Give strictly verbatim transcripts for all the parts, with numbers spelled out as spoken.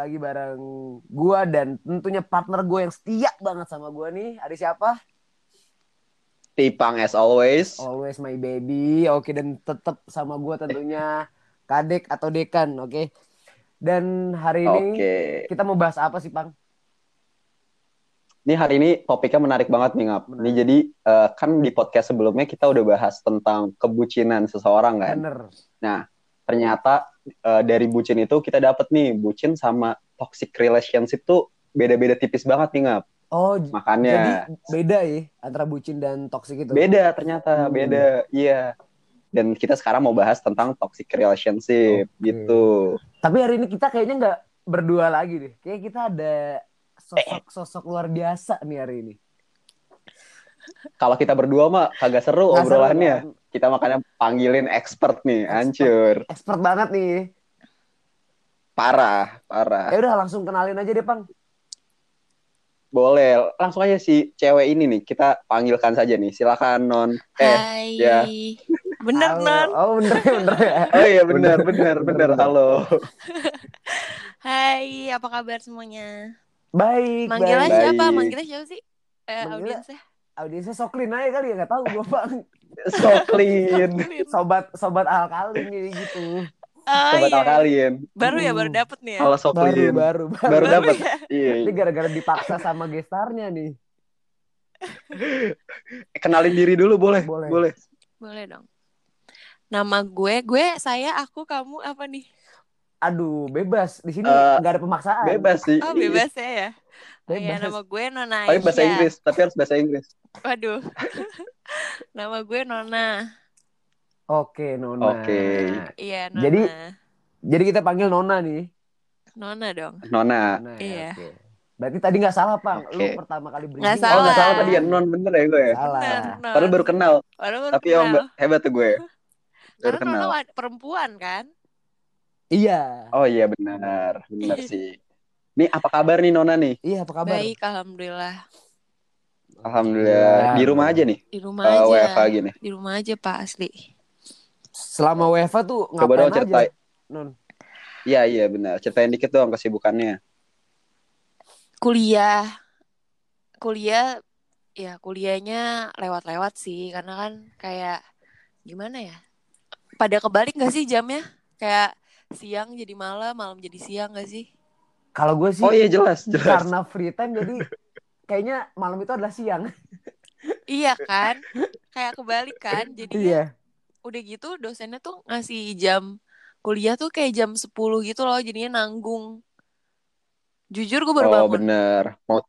lagi bareng gue dan tentunya partner gue yang setia banget sama gue nih. Ada siapa? Tipang as always. Always my baby. Oke, dan tetap sama gue tentunya Kadek atau Dekan, oke. Dan hari ini Oke. kita mau bahas apa sih, Pang? Ini hari ini topiknya menarik banget nih, Ngap. Ini Menarik. jadi uh, kan di podcast sebelumnya kita udah bahas tentang kebucinan seseorang kan. Bener. Nah, ternyata uh, dari bucin itu kita dapet nih, bucin sama toxic relationship tuh beda-beda tipis banget nih, Ngap. Oh, j- jadi Makanya beda ya antara bucin dan toksik itu. beda ternyata, Hmm. beda. Iya. Dan kita sekarang mau bahas tentang toxic relationship Oke. gitu. Tapi hari ini kita kayaknya nggak berdua lagi deh. Kayak kita ada sosok-sosok luar biasa nih hari ini. Kalau kita berdua mah kagak seru Nggak seru obrolannya. kan? Kita makanya panggilin expert nih, Expert, hancur. expert banget nih. Parah, parah. Ya udah langsung kenalin aja deh, Pang. Boleh, langsung aja si cewek ini nih, kita panggilkan saja nih. Silakan Non. Eh, Hai, ya. bener Halo. non? Oh bener bener ya. Oh iya Bener, benar, benar, bener, benar. bener. Halo. Hai, apa kabar semuanya? Baik, Manggilnya baik. siapa? Baik. Manggilnya siapa sih? Eh, Manggilnya audiensnya? audiensnya Soklin aja kali ya, nggak tahu gue, Bang. So clean. Soklin. Sobat sobat alkalin nih gitu. Oh Sobat iya, alkalin. baru ya, baru Hmm. dapet nih ya. Halo so Baru clean. baru baru. Baru Baru dapat. ya. Iya. Ini gara-gara dipaksa sama gestarnya nih. Kenalin diri dulu boleh? Boleh. Boleh. Boleh dong. Nama gue, gue, saya, aku, kamu, apa nih? Aduh, bebas. Di sini Eh, nggak ada pemaksaan. Bebas sih. Oh bebas ya ya. Oh iya, Bebas. nama gue Nona Tapi bahasa Aisyah. Inggris, tapi harus bahasa Inggris. Waduh. Nama gue Nona. Oke, Nona. Oke. Iya, Nona. Jadi jadi kita panggil Nona nih. Nona dong. Nona. Nona ya, Iya. oke. Berarti tadi nggak salah, Pang. Lu Oke. pertama kali Nggak briefing. Oh nggak Salah. salah tadi ya, Non bener ya gue ya. Salah. Bener, Non. Padahal baru kenal. Padahal baru Tapi emang kenal. hebat tuh gue. Baru Karena kenal. Nona wad- perempuan kan? Iya. Oh iya benar, benar sih. Nih apa kabar nih Nona nih? Iya, apa kabar? Baik, alhamdulillah. Alhamdulillah. Di rumah aja nih. Di rumah Uh, aja. W F H gini. Di rumah aja Pak, asli. Selama W F H tuh Coba ngapain dong ceritain. aja, Non? Iya iya benar. Ceritain dikit dong kesibukannya. Kuliah. Kuliah, ya kuliahnya lewat-lewat sih. Karena kan kayak, gimana ya? Pada kebalik gak sih jamnya? Kayak siang jadi malam, malam jadi siang gak sih? Kalau gue sih Oh iya jelas, jelas. karena free time jadi kayaknya malam itu adalah siang. Iya kan? Kayak kebalik kan? Jadinya Iya. udah gitu dosennya tuh ngasih jam kuliah tuh kayak jam sepuluh gitu loh. Jadinya nanggung. Jujur gue baru Oh bangun. benar. Mau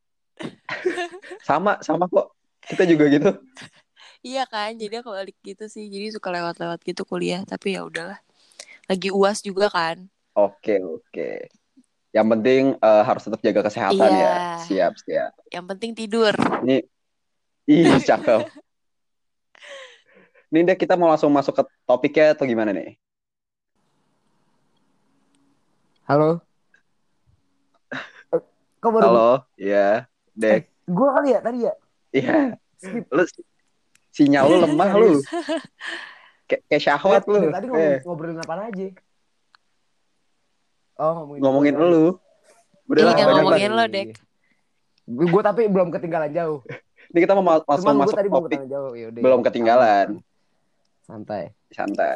sama sama kok. Kita juga gitu. Iya kan? Jadi kebalik gitu sih. Jadi suka lewat-lewat gitu kuliah. Tapi ya udahlah. Lagi U A S juga kan. Oke oke. Yang penting uh, harus tetap jaga kesehatan Iya. ya. Siap siap. Yang penting tidur. Ini ih cakep. Ini deh kita mau langsung masuk ke topiknya atau gimana nih? Halo. Kok baru? Halo, iya, Dek. Eh, gue kali ya tadi ya. Iya. Skip. Lu sinyal lu lemah lu. Kayak kayak syahwat lu. Tadi ngomong, Eh, ngobrolin apa aja? Oh, ngomongin, ngomongin gue. lu. Udah lah, Iya, banyak ngomongin banget. lo, Dek. Gue tapi belum ketinggalan jauh. Ini kita mau ma- langsung Cuman gue masuk tadi belum topik. ketinggalan jauh. Yaudah. Belum ketinggalan. Santai. Santai.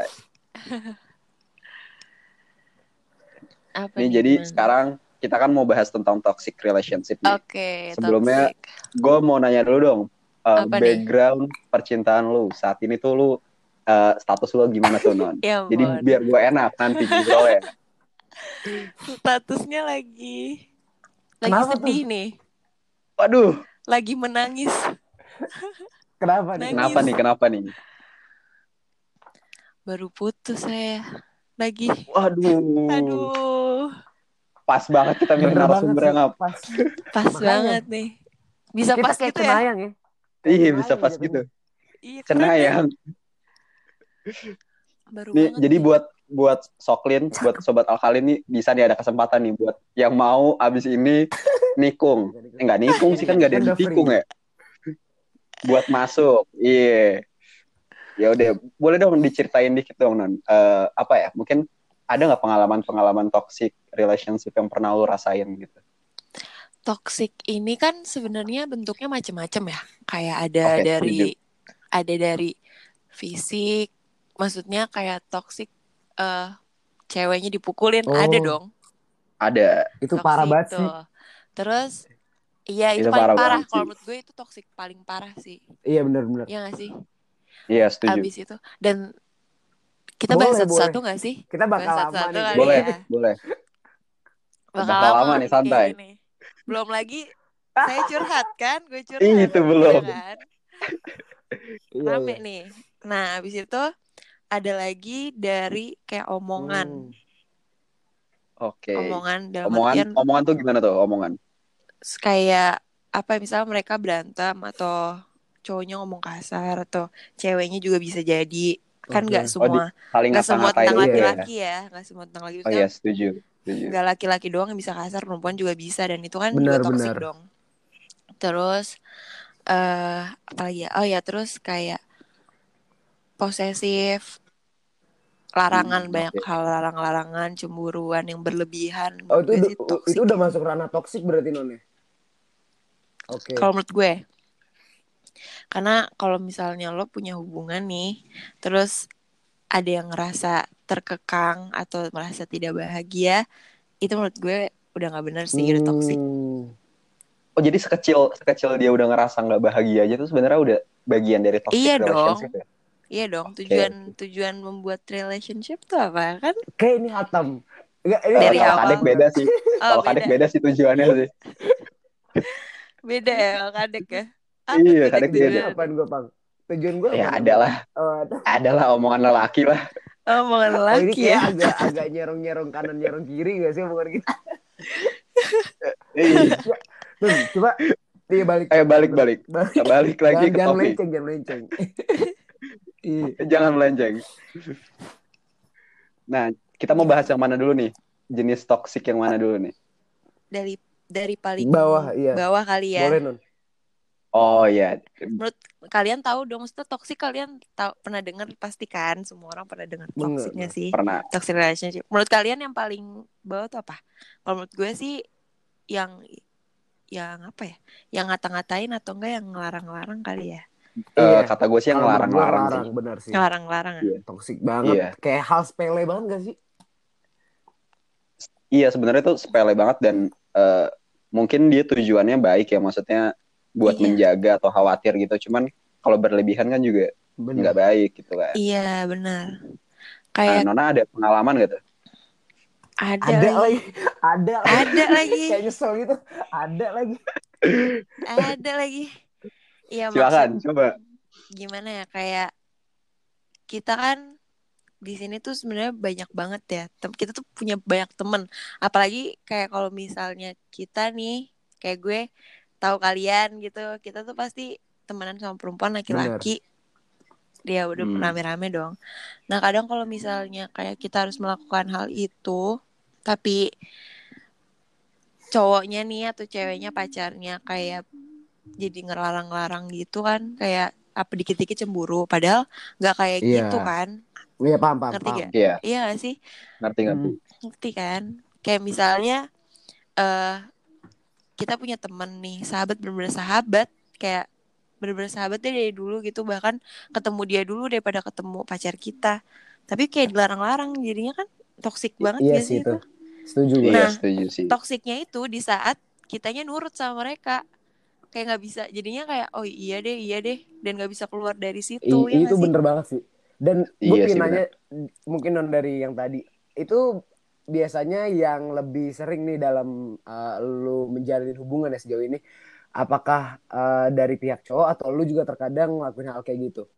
Apa Nih nih, jadi gimana? sekarang kita kan mau bahas tentang toxic relationship nih. Oke, Sebelumnya toxic. gue mau nanya dulu dong. uh, Apa nih? background percintaan lu saat ini tuh lu uh, status lu gimana tuh Non? Ya Jadi ampun. biar gue enak nanti ngobrolnya. Statusnya lagi lagi Kenapa sedih tuh? nih. Waduh, Lagi menangis. Kenapa nih? Nangis. kenapa nih? Kenapa nih? Baru putus saya. Lagi. Waduh. Aduh. Pas banget kita milih Bener banget narasumber sih. yang apa? Pas. Pas Makanya. banget nih. Bisa Kita pas kayak gitu ya? cenayang ya. Kayak Iya cenayang bisa pas jatuhnya. gitu. Iya, keren ya. Cenayang. Baru Nih banget jadi nih. buat buat Soklin, buat sobat Alkalin nih bisa nih ada kesempatan nih buat yang mau abis ini nikung. Eh, enggak nikung sih kan enggak ada Kan yang udah free. ditikung ya. Buat masuk. Iya. Ya udah, boleh dong diceritain dikit dong Non. Eh, apa ya? Mungkin ada nggak pengalaman-pengalaman toxic relationship yang pernah lu rasain gitu? Toxic ini kan sebenarnya bentuknya macam-macam ya. Kayak ada Oke, dari setuju. ada dari fisik, maksudnya kayak toxic eh ceweknya dipukulin, ada Oh, dong. Ada. itu parah Toxic banget sih. tuh. Terus iya itu Itu paling parah parah. banget Kalau sih. menurut gue itu toxic paling parah sih. Iya benar-benar. Iya gak sih? Iya, setuju. Abis itu. Dan kita bahas Boleh, boleh. satu-satu gak sih? Kita bakal Bahas lama satu-satu nih kali Boleh, kayaknya. ya. boleh. Bakal Bakal lama lama nih, ini kayak santai. gini. Belum lagi saya curhat kan, gue Ih, curhat. itu Ya belum. kan? Iya, Rame iya. nih. Nah, abis itu ada lagi dari kayak omongan. Hmm. Oke. Omongan dalam Omongan, artian omongan tuh gimana tuh omongan? kayak apa misalnya mereka berantem atau cowoknya ngomong kasar atau ceweknya juga bisa jadi kan Oke. nggak Oh, di, semua saling nggak semua ngata-ngatain tentang gitu Iya. ya? laki-laki ya nggak semua tentang laki Oh iya, misalnya setuju. Setuju. nggak laki-laki doang yang bisa kasar perempuan juga bisa dan itu kan juga toxic Benar-benar. dong terus eh apalagi ya oh ya terus kayak posesif larangan Hmm, banyak oke. hal larang-larangan cemburuan yang berlebihan Oh, menurut itu gue udah, sih itu toxic udah ya masuk ranah toksik berarti non ya? Oke. kalau menurut gue karena kalau misalnya lo punya hubungan nih terus ada yang ngerasa terkekang atau merasa tidak bahagia, itu menurut gue udah nggak benar sih, udah toxic. Hmm. Oh jadi sekecil sekecil dia udah ngerasa nggak bahagia aja tuh sebenarnya udah bagian dari toxic Iya relationship dong, ya? iya dong. Oke. Tujuan tujuan membuat relationship tuh apa kan? Kayak ini Hatam. Enggak, ini Eh, Dari enggak kalau Hatam kadek awal. juga. beda sih. Oh Kalau kadek beda, beda sih tujuannya sih. beda ya kalau kadek ya. Apa Iya, tuh dek kadek beda. Tujuannya tujuan? apaan gue, Pang? Tujuan gue Ya apaan emang? adalah, Oh, ada. adalah omongan lelaki lah. Oh omongan Oh, ini lelaki kayak ya. agak agak nyerong-nyerong kanan nyerong kiri gak sih omongan kita? Iya. Ya, Nun, coba dia balik. Ayo balik Ber- balik. balik. Balik lagi Jangan ke jangan topik. melenceng, jangan melenceng. Iya. Jangan melenceng. Nah, kita mau bahas Gimana? yang mana dulu nih? Jenis toxic yang mana dulu nih? Dari dari paling Bawah, iya. bawah kali ya. Boleh, Nun. Oh iya. Menurut kalian tahu dong, maksudnya toxic kalian tahu pernah dengar pasti kan? Semua orang pernah dengar Bener, toxicnya Nun. sih. Pernah. Toxic relationship. Menurut kalian yang paling bawah tuh apa? Kalau menurut gue sih yang yang apa ya? Yang ngata-ngatain atau enggak yang ngelarang-larang kali ya? Eh, Iya. kata gue sih yang Kalau menurut gue ngelarang-larang sih. ngelarang, benar sih. Ngelarang-larang ya? Iya. Toxic banget. Iya. Kayak hal sepele banget gak sih? Iya, sebenarnya itu sepele banget dan eh, mungkin dia tujuannya baik ya, maksudnya buat Iya. menjaga atau khawatir gitu. Cuman kalau berlebihan kan juga Bener. nggak baik gitu kan. Iya, benar. Nah, Kayak Nona ada pengalaman gitu? ada, Ada lagi. lagi. Ada lagi. Ada lagi. Kayak nyesel gitu. Ada lagi. Ada lagi. Iya, Silakan, maksud coba. gimana ya? Kayak kita kan di sini tuh sebenarnya banyak banget ya. Tem- Kita tuh punya banyak temen. Apalagi kayak kalau misalnya kita nih, kayak gue tahu kalian gitu, kita tuh pasti temenan sama perempuan Bener. laki-laki. Dia udah Hmm. rame-rame dong. Nah kadang kalau misalnya kayak kita harus melakukan hal itu, tapi cowoknya nih atau ceweknya pacarnya kayak jadi ngelarang-larang gitu kan, kayak apa dikit-dikit cemburu. Padahal nggak kayak Iya. gitu kan. Iya, paham, paham, Ngerti paham. gak? Iya, Iya gak sih? ngerti-ngerti. Hmm. Ngerti kan? Kayak misalnya eh kita punya temen nih, sahabat bener-bener sahabat, kayak bener-bener sahabatnya dari dulu gitu, bahkan ketemu dia dulu daripada ketemu pacar kita. Tapi kayak dilarang-larang, jadinya kan toksik I- banget iya gak sih sih itu. itu? Setuju gue. Iya, Nah, setuju sih. toksiknya itu di saat kitanya nurut sama mereka. Kayak nggak bisa, jadinya kayak oh iya deh, iya deh, dan nggak bisa keluar dari situ, I- ya itu nggak sih? bener banget sih. Dan gue Iya pengen sih nanya, benar. mungkin non dari yang tadi, itu biasanya yang lebih sering nih dalam uh, lu menjalin hubungan ya sejauh ini, apakah uh, dari pihak cowok atau lu juga terkadang ngelakuin hal kayak gitu?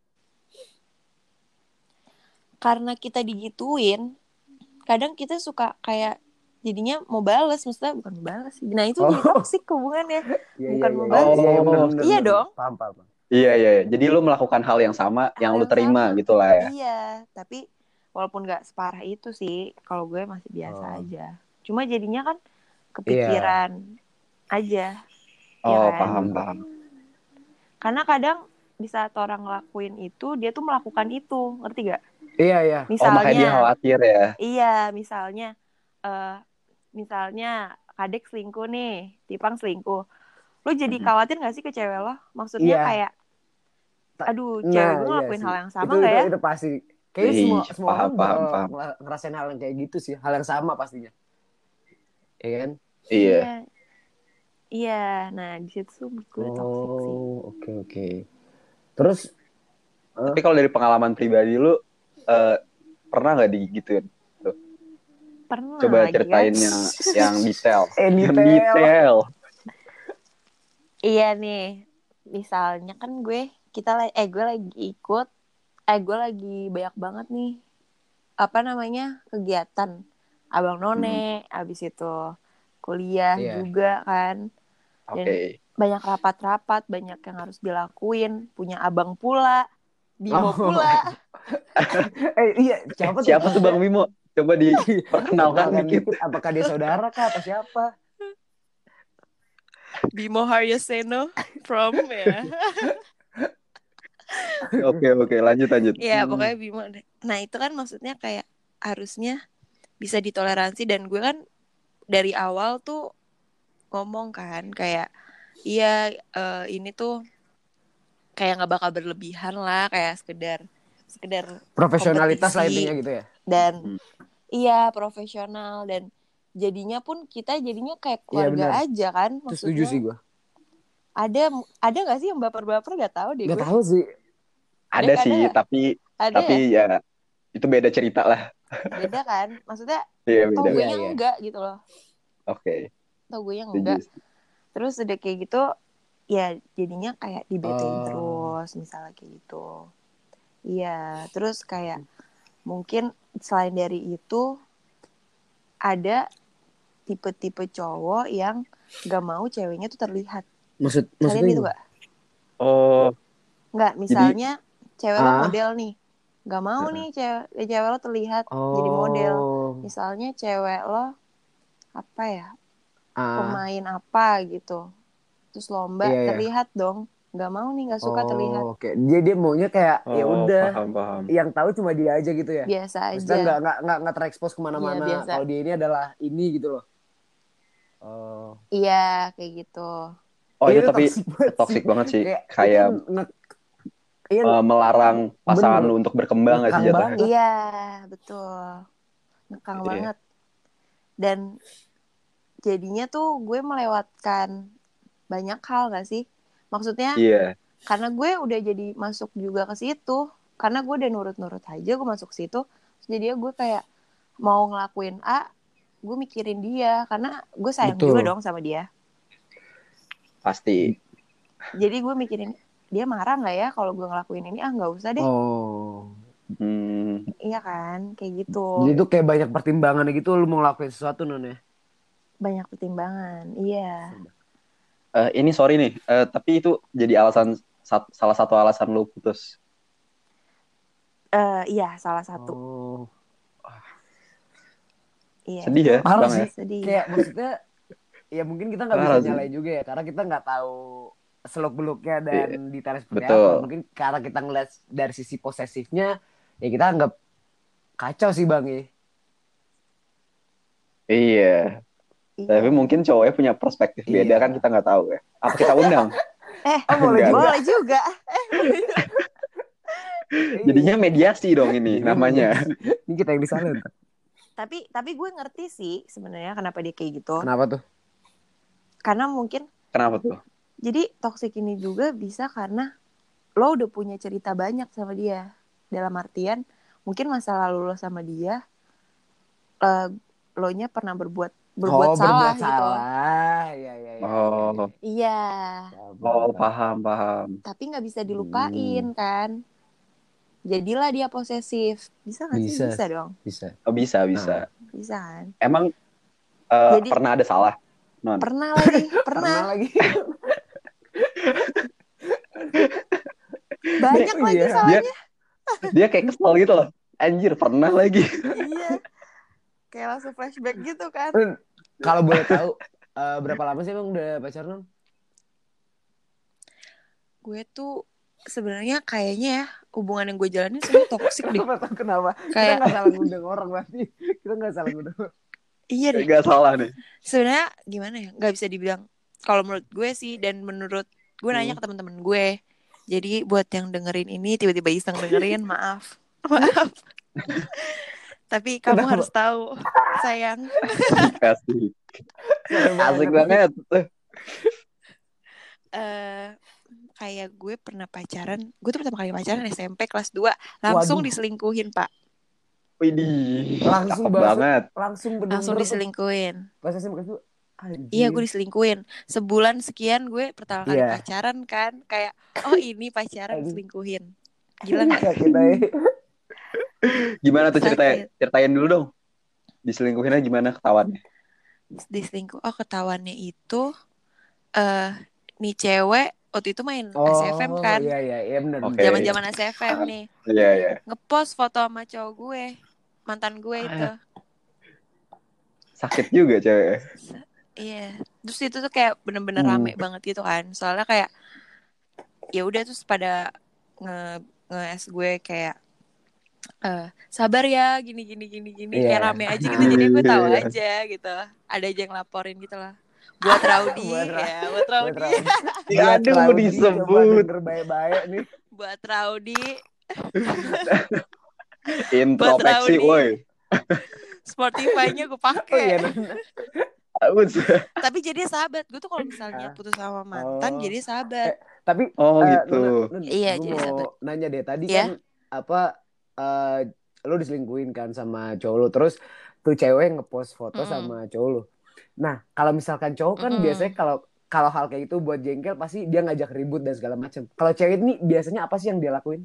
Karena kita digituin, kadang kita suka kayak jadinya mau balas, maksudnya bukan mau balas sih. Nah itu Oh. jadi toksik hubungannya, Iya, bukan iya, mau iya, balas. iya, iya, bener, Oh. bener, Iya bener, dong. paham, paham, paham. Iya, iya, iya. Jadi lu melakukan hal yang sama yang Hal lu yang terima sama. gitu lah ya. Iya, tapi walaupun nggak separah itu sih, kalau gue masih biasa Oh. aja. Cuma jadinya kan Iya. kepikiran aja, ya Oh, kan? paham, Hmm. paham. Karena kadang di saat orang ngelakuin itu, dia tuh melakukan itu, ngerti gak? Iya, iya. Oh, makanya dia Misalnya, khawatir ya. iya, misalnya, eh misalnya Kadek selingkuh nih, Tipang selingkuh. Lu jadi Mhm. khawatir gak sih ke cewek lo? Maksudnya Iya. kayak, Ta- aduh, cewek Nah, gue iya ngelakuin sih. hal yang Itu sama gak itu ya? itu pasti. Kayaknya semua Ih, semua paham, orang paham, bakal paham. ngela- ngerasain hal yang kayak gitu sih, hal yang sama pastinya. Iya kan? Iya. Iya, iya. Nah, di situ tuh menurut gue toxic sih. Oh, oke oke. Terus, eh, Tapi kalau dari pengalaman pribadi lu, eh, pernah nggak digituin? Tuh, Pernah coba lagi kan? ceritain yang yang detail. eh Yang detail. detail. Iya nih, misalnya kan gue, kita lagi, eh gue lagi ikut, eh gue lagi banyak banget nih, apa namanya, kegiatan. Abang None, Hmm, abis itu kuliah Iya. juga kan. Dan Oke. banyak rapat-rapat, banyak yang harus dilakuin. Punya abang pula, Bimo pula. Oh. Eh iya, siapa tuh? Siapa tuh Bang Maksudnya Bimo? Coba diperkenalkan perkenalkan dikit. dikit, apakah dia saudara kah atau siapa? Bimo Haryaseno from ya. Oke, oke, lanjut, lanjut. Ya Hmm. pokoknya Bimo deh. Nah itu kan maksudnya kayak harusnya bisa ditoleransi. Dan gue kan dari awal tuh ngomong kan kayak, iya eh, ini tuh kayak nggak bakal berlebihan lah, kayak sekedar sekedar Profesionalitas lah intinya kompetisi. gitu ya. Dan Hmm. iya profesional, dan jadinya pun kita jadinya kayak Iya benar. keluarga aja kan. Itu setuju sih Maksudnya gue. ada ada nggak sih yang baper-baper, gak tahu deh Gak gue. tahu sih. Ada Ada ada sih, nggak? tapi Ada tapi ya, ya itu beda cerita lah. beda kan, maksudnya Iya, toh beda. gue Iya nya iya. enggak gitu loh, Oke, toh gue nya enggak. setuju. Terus udah kayak gitu ya jadinya kayak dibetain Oh. terus misalnya kayak gitu. Iya, terus kayak mungkin selain dari itu ada tipe-tipe cowok yang gak mau ceweknya tuh terlihat. Maksud Kalian maksudnya gitu gimana? gak? Oh, Nggak, jadi misalnya cewek lo Ah. model nih, nggak mau nih cewek cewek lo terlihat jadi model. Oh. Misalnya cewek lo apa ya, Ah. pemain apa gitu, terus lomba, Iya iya. terlihat dong. Nggak mau nih, nggak suka terlihat. Oh, oke. Dia dia maunya kayak ya oh, udah paham, paham. yang tahu cuma dia aja gitu ya. Biasa Maksudnya aja. nggak nggak nggak nggak terekspos Iya kemana-mana biasa. kalau dia ini adalah ini gitu loh. Oh. Iya kayak gitu. Oh, itu Itu tapi toxic banget sih. toxic banget sih. Kayak itu Kayak nge, iya, eh, melarang pasangan bener lu untuk berkembang gak sih ngekang jatuhnya? banget. Iya betul, ngekang Iya. banget. Dan jadinya tuh gue melewatkan banyak hal gak sih? Maksudnya Iya. karena gue udah jadi masuk juga ke situ, karena gue udah nurut-nurut aja gue masuk situ. Jadi gue kayak mau ngelakuin A, gue mikirin dia karena gue sayang juga Betul. dong sama dia. Pasti. Jadi gue mikirin dia marah nggak ya kalau gue ngelakuin ini, ah nggak usah deh. Oh. Hmm, Iya kan, kayak gitu. Jadi itu kayak banyak pertimbangan gitu lu mau ngelakuin sesuatu non ya. Banyak pertimbangan, iya. eh, ini sorry nih, eh, tapi itu jadi alasan sat- salah satu alasan lu putus. Eh iya salah satu. Oh. Iya Sedih itu ya, Parah Bang sih. ya? sedih. Kayak maksudnya ya mungkin kita nggak bisa Parah sih. nyalain juga ya karena kita nggak tahu seluk beluknya dan Iya, detailnya seperti apa. betul. Mungkin karena kita ngeliat dari sisi posesifnya ya kita anggap kacau sih bang ya. Iya. Tapi Iya. mungkin cowoknya punya perspektif beda kan, Iya. kita nggak tahu ya. Apa kita undang? Eh Oh boleh Enggak, juga. boleh juga. Jadinya mediasi dong ini Jadinya namanya. mediasi. Ini kita yang disalahin. tapi tapi gue ngerti sih sebenarnya kenapa dia kayak gitu. Kenapa tuh? Karena mungkin Kenapa tuh? jadi toxic ini juga bisa karena lo udah punya cerita banyak sama dia. Dalam artian mungkin masa lalu lo sama dia, uh, lo nya pernah berbuat berbuat Oh salah berbuat gitu. salah. Iya iya iya. Oh, Iya. oh paham, paham. Tapi nggak bisa dilupain Hmm. kan. Jadilah dia posesif. Bisa nggak sih? Bisa. Bisa dong. Bisa. Oh, bisa, bisa. Bisa kan. Emang eh, Jadi pernah ada salah? Non. pernah lagi, Pernah pernah. lagi. Banyak Oh, lagi iya. salahnya. Dia dia kayak kesel gitu loh. Anjir, pernah lagi. Iya. Kayak langsung flashback gitu kan. Kalau boleh tahu uh, berapa lama sih emang udah pacaran? Gue tuh sebenarnya kayaknya ya hubungan yang gue jalanin semua toksik deh. Kenapa tuh kenapa? Kita Kayak nggak salah ngundang orang berarti. Kita nggak salah ngundang. iya deh. Gak salah nih. Sebenarnya gimana ya? Nggak bisa dibilang. Kalau menurut gue sih dan menurut gue nanya Hmm. ke teman-teman gue. Jadi buat yang dengerin ini tiba-tiba iseng dengerin, maaf. Maaf. Tapi kamu Kenapa? harus tahu, sayang. Kasih. Seru Asik banget. banget. Eh kayak gue pernah pacaran. Gue tuh pertama kali pacaran S M P kelas dua. Langsung Waduh. diselingkuhin, Pak. Widih, Langsung cakep bahasa, banget. langsung Langsung bener-bener tuh diselingkuhin. pas S M P tuh. Anjir. Iya, gue diselingkuhin. Sebulan sekian gue pertama kali Iya. pacaran kan. Kayak, oh ini pacaran Aduh. diselingkuhin. Gila gak? Sakit aja. Gimana tuh ceritain? Sakit. Ceritain dulu dong. Diselingkuhinnya gimana ketahuannya? Diselingkuh. Oh, ketahuannya itu eh nih cewek waktu itu main Oh, S F M kan. iya iya iya benar. Oke. Zaman-zaman S F M nih. Iya, iya. Ngepost foto sama cowok gue. Mantan gue itu. Sakit juga cewek. Iya. Terus itu tuh kayak bener-bener Hmm. rame banget gitu kan. Soalnya kayak ya udah terus pada nge nge gue kayak eh sabar ya gini gini gini gini Iya. kayak rame aja gitu. Jadi gue tahu Iya. aja gitu. Ada aja yang laporin gitu lah. Buat Raudi Buat Ra- ya, buat Raudi. Buat Raudi. Ya, Buat aduh, Raudi, disebut. Coba denger baik-baik nih. Buat Raudi. Introspeksi, Raudi. woi. Spotify-nya gue Oh iya. pakai. Nana. Bagus. Tapi jadi sahabat. Gue tuh kalau misalnya putus sama mantan Oh. jadi sahabat. Eh, tapi Oh, eh, gitu. Nona, Nun, Iya, gue jadi mau sahabat. nanya deh. Tadi Ya. kan apa eh lo diselingkuhin kan sama cowok lo, terus tuh cewek ngepost foto Mm-mm. sama cowok lo. Nah, kalau misalkan cowok kan Mm-mm. biasanya kalau kalau hal kayak itu buat jengkel pasti dia ngajak ribut dan segala macam. Kalau cewek ini biasanya apa sih yang dia lakuin?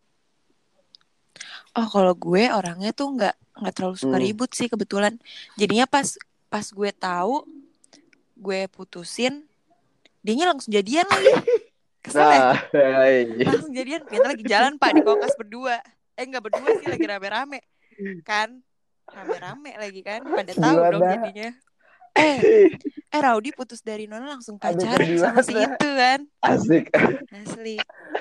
Oh, kalau gue orangnya tuh nggak nggak terlalu suka Hmm. ribut sih kebetulan. Jadinya pas pas gue tahu gue putusin, dianya langsung jadian lagi. Kesel ya? Nah, hai. Langsung jadian. Kita lagi jalan Pak di kokas berdua. Eh nggak berdua sih, lagi rame-rame kan? Rame-rame lagi kan? Pada tahu Gila dong dah. jadinya. Eh, eh Raudi putus dari Nona langsung Aduh, pacaran sedih sama banget si dah. itu kan? Asik. Asli.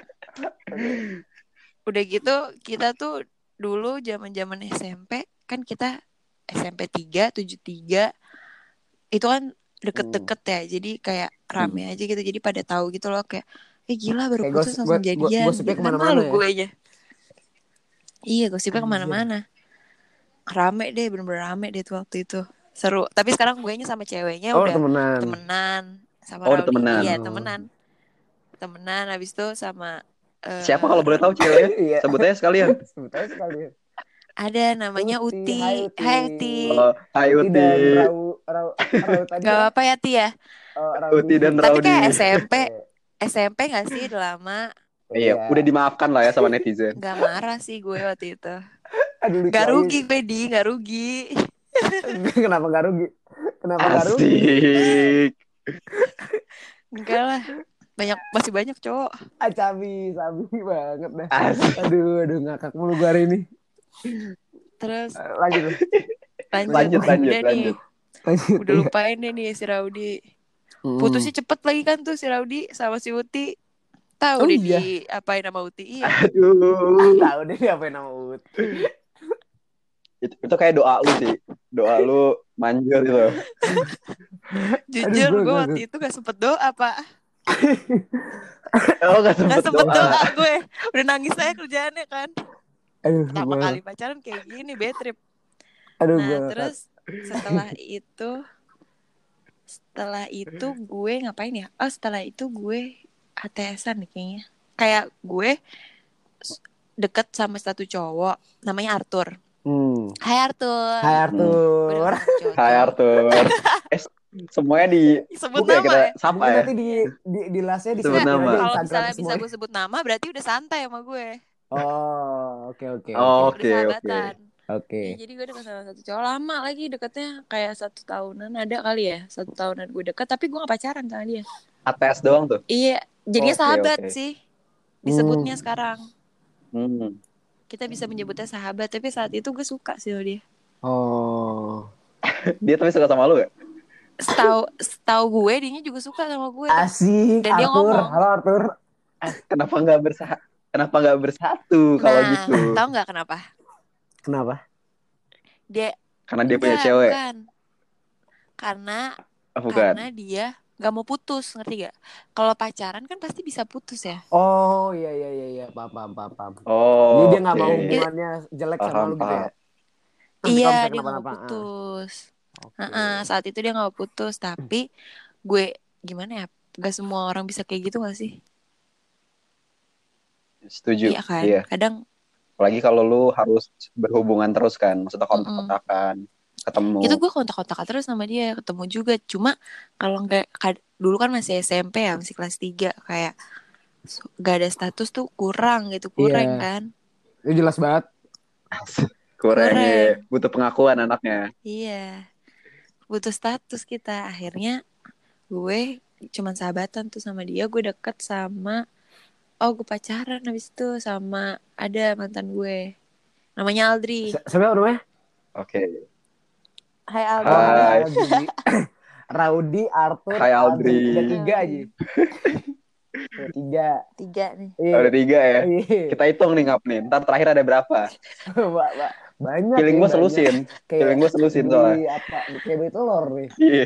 Udah gitu kita tuh dulu zaman-zaman S M P kan kita S M P tiga, tujuh tiga itu kan deket-deket ya. Jadi kayak rame aja gitu. Jadi pada tahu gitu loh kayak eh gila baru Kayak putus gos- langsung go- go- jadian. gosipnya Gitu kan kemana-mana malu ya? gue aja. Iya gosipnya Anjir. kemana-mana. Rame deh, bener-bener rame deh tuh waktu itu. Seru. Tapi sekarang gue nya sama ceweknya Oh, udah temenan. temenan. Sama Oh, udah Raudi. temenan. Iya Oh. temenan. Temenan habis itu sama eh, Siapa kalau boleh tahu ceweknya? Iya. Sebut aja sekalian. Sebut aja sekalian. ada namanya Uti, Uti. hai Uti. Hai Uti. Oh, hai Uti Uti. dan Rau Rau Rau tadi Gak ya? apa-apa ya Ti ya. Oh, Raudi. Uti dan Tapi Raudi. kayak S M P Iya. S M P gak sih udah lama. Iya, udah dimaafkan lah ya sama netizen. Gak marah sih gue waktu itu. Aduh, lucu Gak aja. rugi gue di Gak rugi. Kenapa gak rugi? Kenapa gak rugi? Asik. Enggak lah. Banyak masih banyak cowok. Ah, cabi, cabi banget dah. Asik. Aduh, aduh ngakak mulu gue hari ini. Terus Eh, Lanjut. lanjut. Lanjut, Udah lanjut, nih. lanjut. Lanjut. Udah lupain deh nih si Raudi. Hmm. Putusnya cepet lagi kan tuh si Raudi sama si Uti. Tahu Oh, deh iya. di apain sama Uti. Iya. Aduh. Tahu deh apa yang nama Uti. Itu, itu kayak doa lu sih. Doa lu manjur gitu. Jujur Aduh, gue gue gak- waktu itu gak sempet doa Pak. Oh, gak Gak sempet sempet doa. doa gue. Udah nangis saya kerjaannya kan. Aduh, Pertama gue. kali pacaran kayak gini bad trip. Aduh, Nah gue. terus setelah itu setelah itu gue ngapain ya? Oh setelah itu gue H T S-an nih kayaknya. Kayak gue s- deket sama satu cowok namanya Arthur. Hmm. Hai Arthur. Hai Gue Arthur. deket sama cowok. Hai Arthur. Eh, semuanya di Sebut buka ya, nama kita ya. sapa Mungkin ya. nanti di di di lastnya Sebut disebutin nama. aja Kalau Instagram misalnya bisa semuanya. gue sebut nama berarti udah santai sama gue. Oh, oke oke. Oh, oke. oke, Udah sahabatan. Oke. Ya, jadi gue deket sama satu cowok lama lagi deketnya kayak satu tahunan ada kali ya satu tahunan gue deket tapi gue gak pacaran sama dia. A T S doang tuh. Iya jadinya Oke, sahabat oke. sih disebutnya Hmm. sekarang Hmm. kita bisa menyebutnya sahabat tapi saat itu gue suka sih sama dia. Oh. Dia tapi suka sama lu gak? Setahu setahu gue dia juga suka sama gue Asik dan dia Arthur. ngomong Halo Arthur. Kenapa nggak bersa kenapa nggak bersatu kalau Nah, gitu? tahu nggak kenapa? Kenapa? Dia Karena dia punya enggak, cewek. bukan. Karena Oh, bukan. karena dia nggak mau putus, ngerti gak? Kalau pacaran kan pasti bisa putus ya. Oh iya iya iya iya paham paham paham paham. Jadi Oh, dia nggak oke. mau hubungannya jelek sama Paham, lu gitu ya. paham. Nanti Iya, kalau misalnya dia nggak mau kenapa-napa. Ah. putus. Oke. Heeh, saat itu dia nggak mau putus, tapi gue gimana ya? Gak semua orang bisa kayak gitu gak sih? Setuju. Iya kan? Iya. Kadang Apalagi kalau lu harus berhubungan terus kan, maksudnya mm-mm. kontak-kontakan, ketemu. Itu gue kontak-kontak terus sama dia, ketemu juga. Cuma kalau nggak kad- dulu kan masih S M P ya, masih kelas tiga, kayak so- gak ada status tuh kurang gitu, kurang Iya. kan? Itu jelas banget. Kurang ya, Kurang. butuh pengakuan anaknya. Iya, butuh status kita. Akhirnya gue cuman sahabatan tuh sama dia. Gue deket sama, oh gue pacaran habis itu sama ada mantan gue. Namanya Aldri. Si- Siapa namanya? Oke. Hai Oh, Aldri. hai Hai, Aldi. Raudi, Arthur, hai Aldri. Aldri. Udah tiga Aldri. aja. Udah tiga. Tiga nih. Iya. Oh, ada tiga ya. Iya. Kita hitung nih ngap nih. Ntar terakhir ada berapa? Ba- ba- Banyak Feeling ya, gue banyak. selusin. Kayak Feeling gue selusin beli soalnya. apa? Kayak beli telur nih. Iya.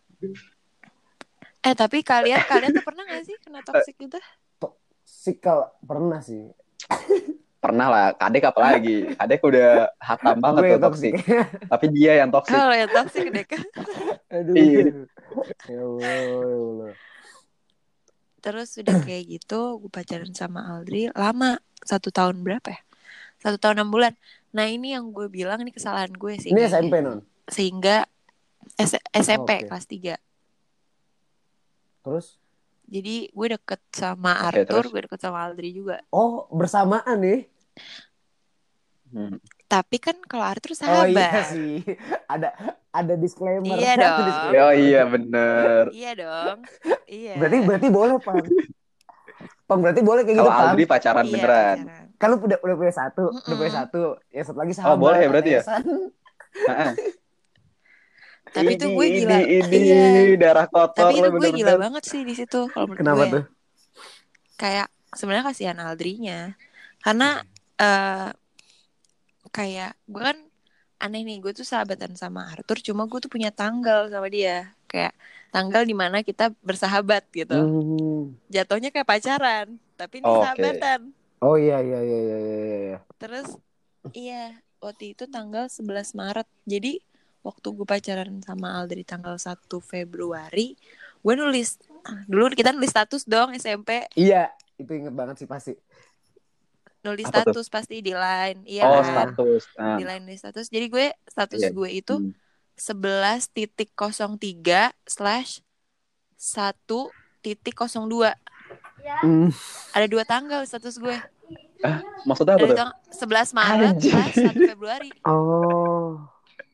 Eh tapi kalian kalian tuh pernah gak sih kena toxic gitu? Sikal pernah sih. Pernah lah. Kadek apalagi. Kadek udah hatam banget Gue tuh yang toksik. toxic. Tapi dia yang toksik. Oh yang toxic deh kan. Aduh. Iya. Ya Allah, ya Allah. Terus udah kayak gitu gue pacaran sama Aldri lama, satu tahun berapa ya? Satu tahun enam bulan. Nah ini yang gue bilang ini kesalahan gue sih. Ini kayaknya. S M P non. Sehingga S- SMP Oh, oke. kelas tiga. Terus? Jadi gue deket sama Oke, Arthur, terus? gue deket sama Aldri juga. Oh bersamaan nih. Hmm. Tapi kan kalau Arthur Oh iya sahabat. sih. Ada ada disclaimer. Iya Ada dong. disclaimer. Oh iya bener. Iya dong. Iya. Berarti berarti boleh Pang. Pang berarti boleh kayak Kalau gitu Pang. Aldri pacaran Iya beneran. pacaran. Kan lu udah udah punya satu, Mm-mm. udah punya satu. Ya satu lagi Oh sahabat. boleh berarti ya? Atasan. Heeh. Tapi Ini, tuh gue gila. Ini, ini, Iya. darah kotor Tapi itu lo gue gila bener-bener. banget sih di situ kalau menurut Kenapa gue. tuh? Kayak sebenarnya kasihan Aldrinya. Karena eh kayak gue kan aneh nih, gue tuh sahabatan sama Arthur, cuma gue tuh punya tanggal sama dia. Kayak tanggal dimana kita bersahabat gitu. Hmm. Jatuhnya kayak pacaran, tapi ini Oke. sahabatan. Oh iya iya iya iya iya. iya. Terus iya, waktu itu tanggal sebelas Maret. Jadi waktu gue pacaran sama Aldri tanggal satu Februari, gue nulis, dulu kita nulis status dong S M P. Iya, itu inget banget sih pasti. Nulis Apa tuh? status pasti di line. Iya Oh kan? status. Ah. Di line nulis status. Jadi gue status Iya. gue itu Hmm. sebelas titik nol tiga slash satu titik nol dua. Hmm. Ada dua tanggal status gue. Ah, maksudnya apa Ada tuh? tanggal sebelas Maret Anjing. slash satu Februari. Oh.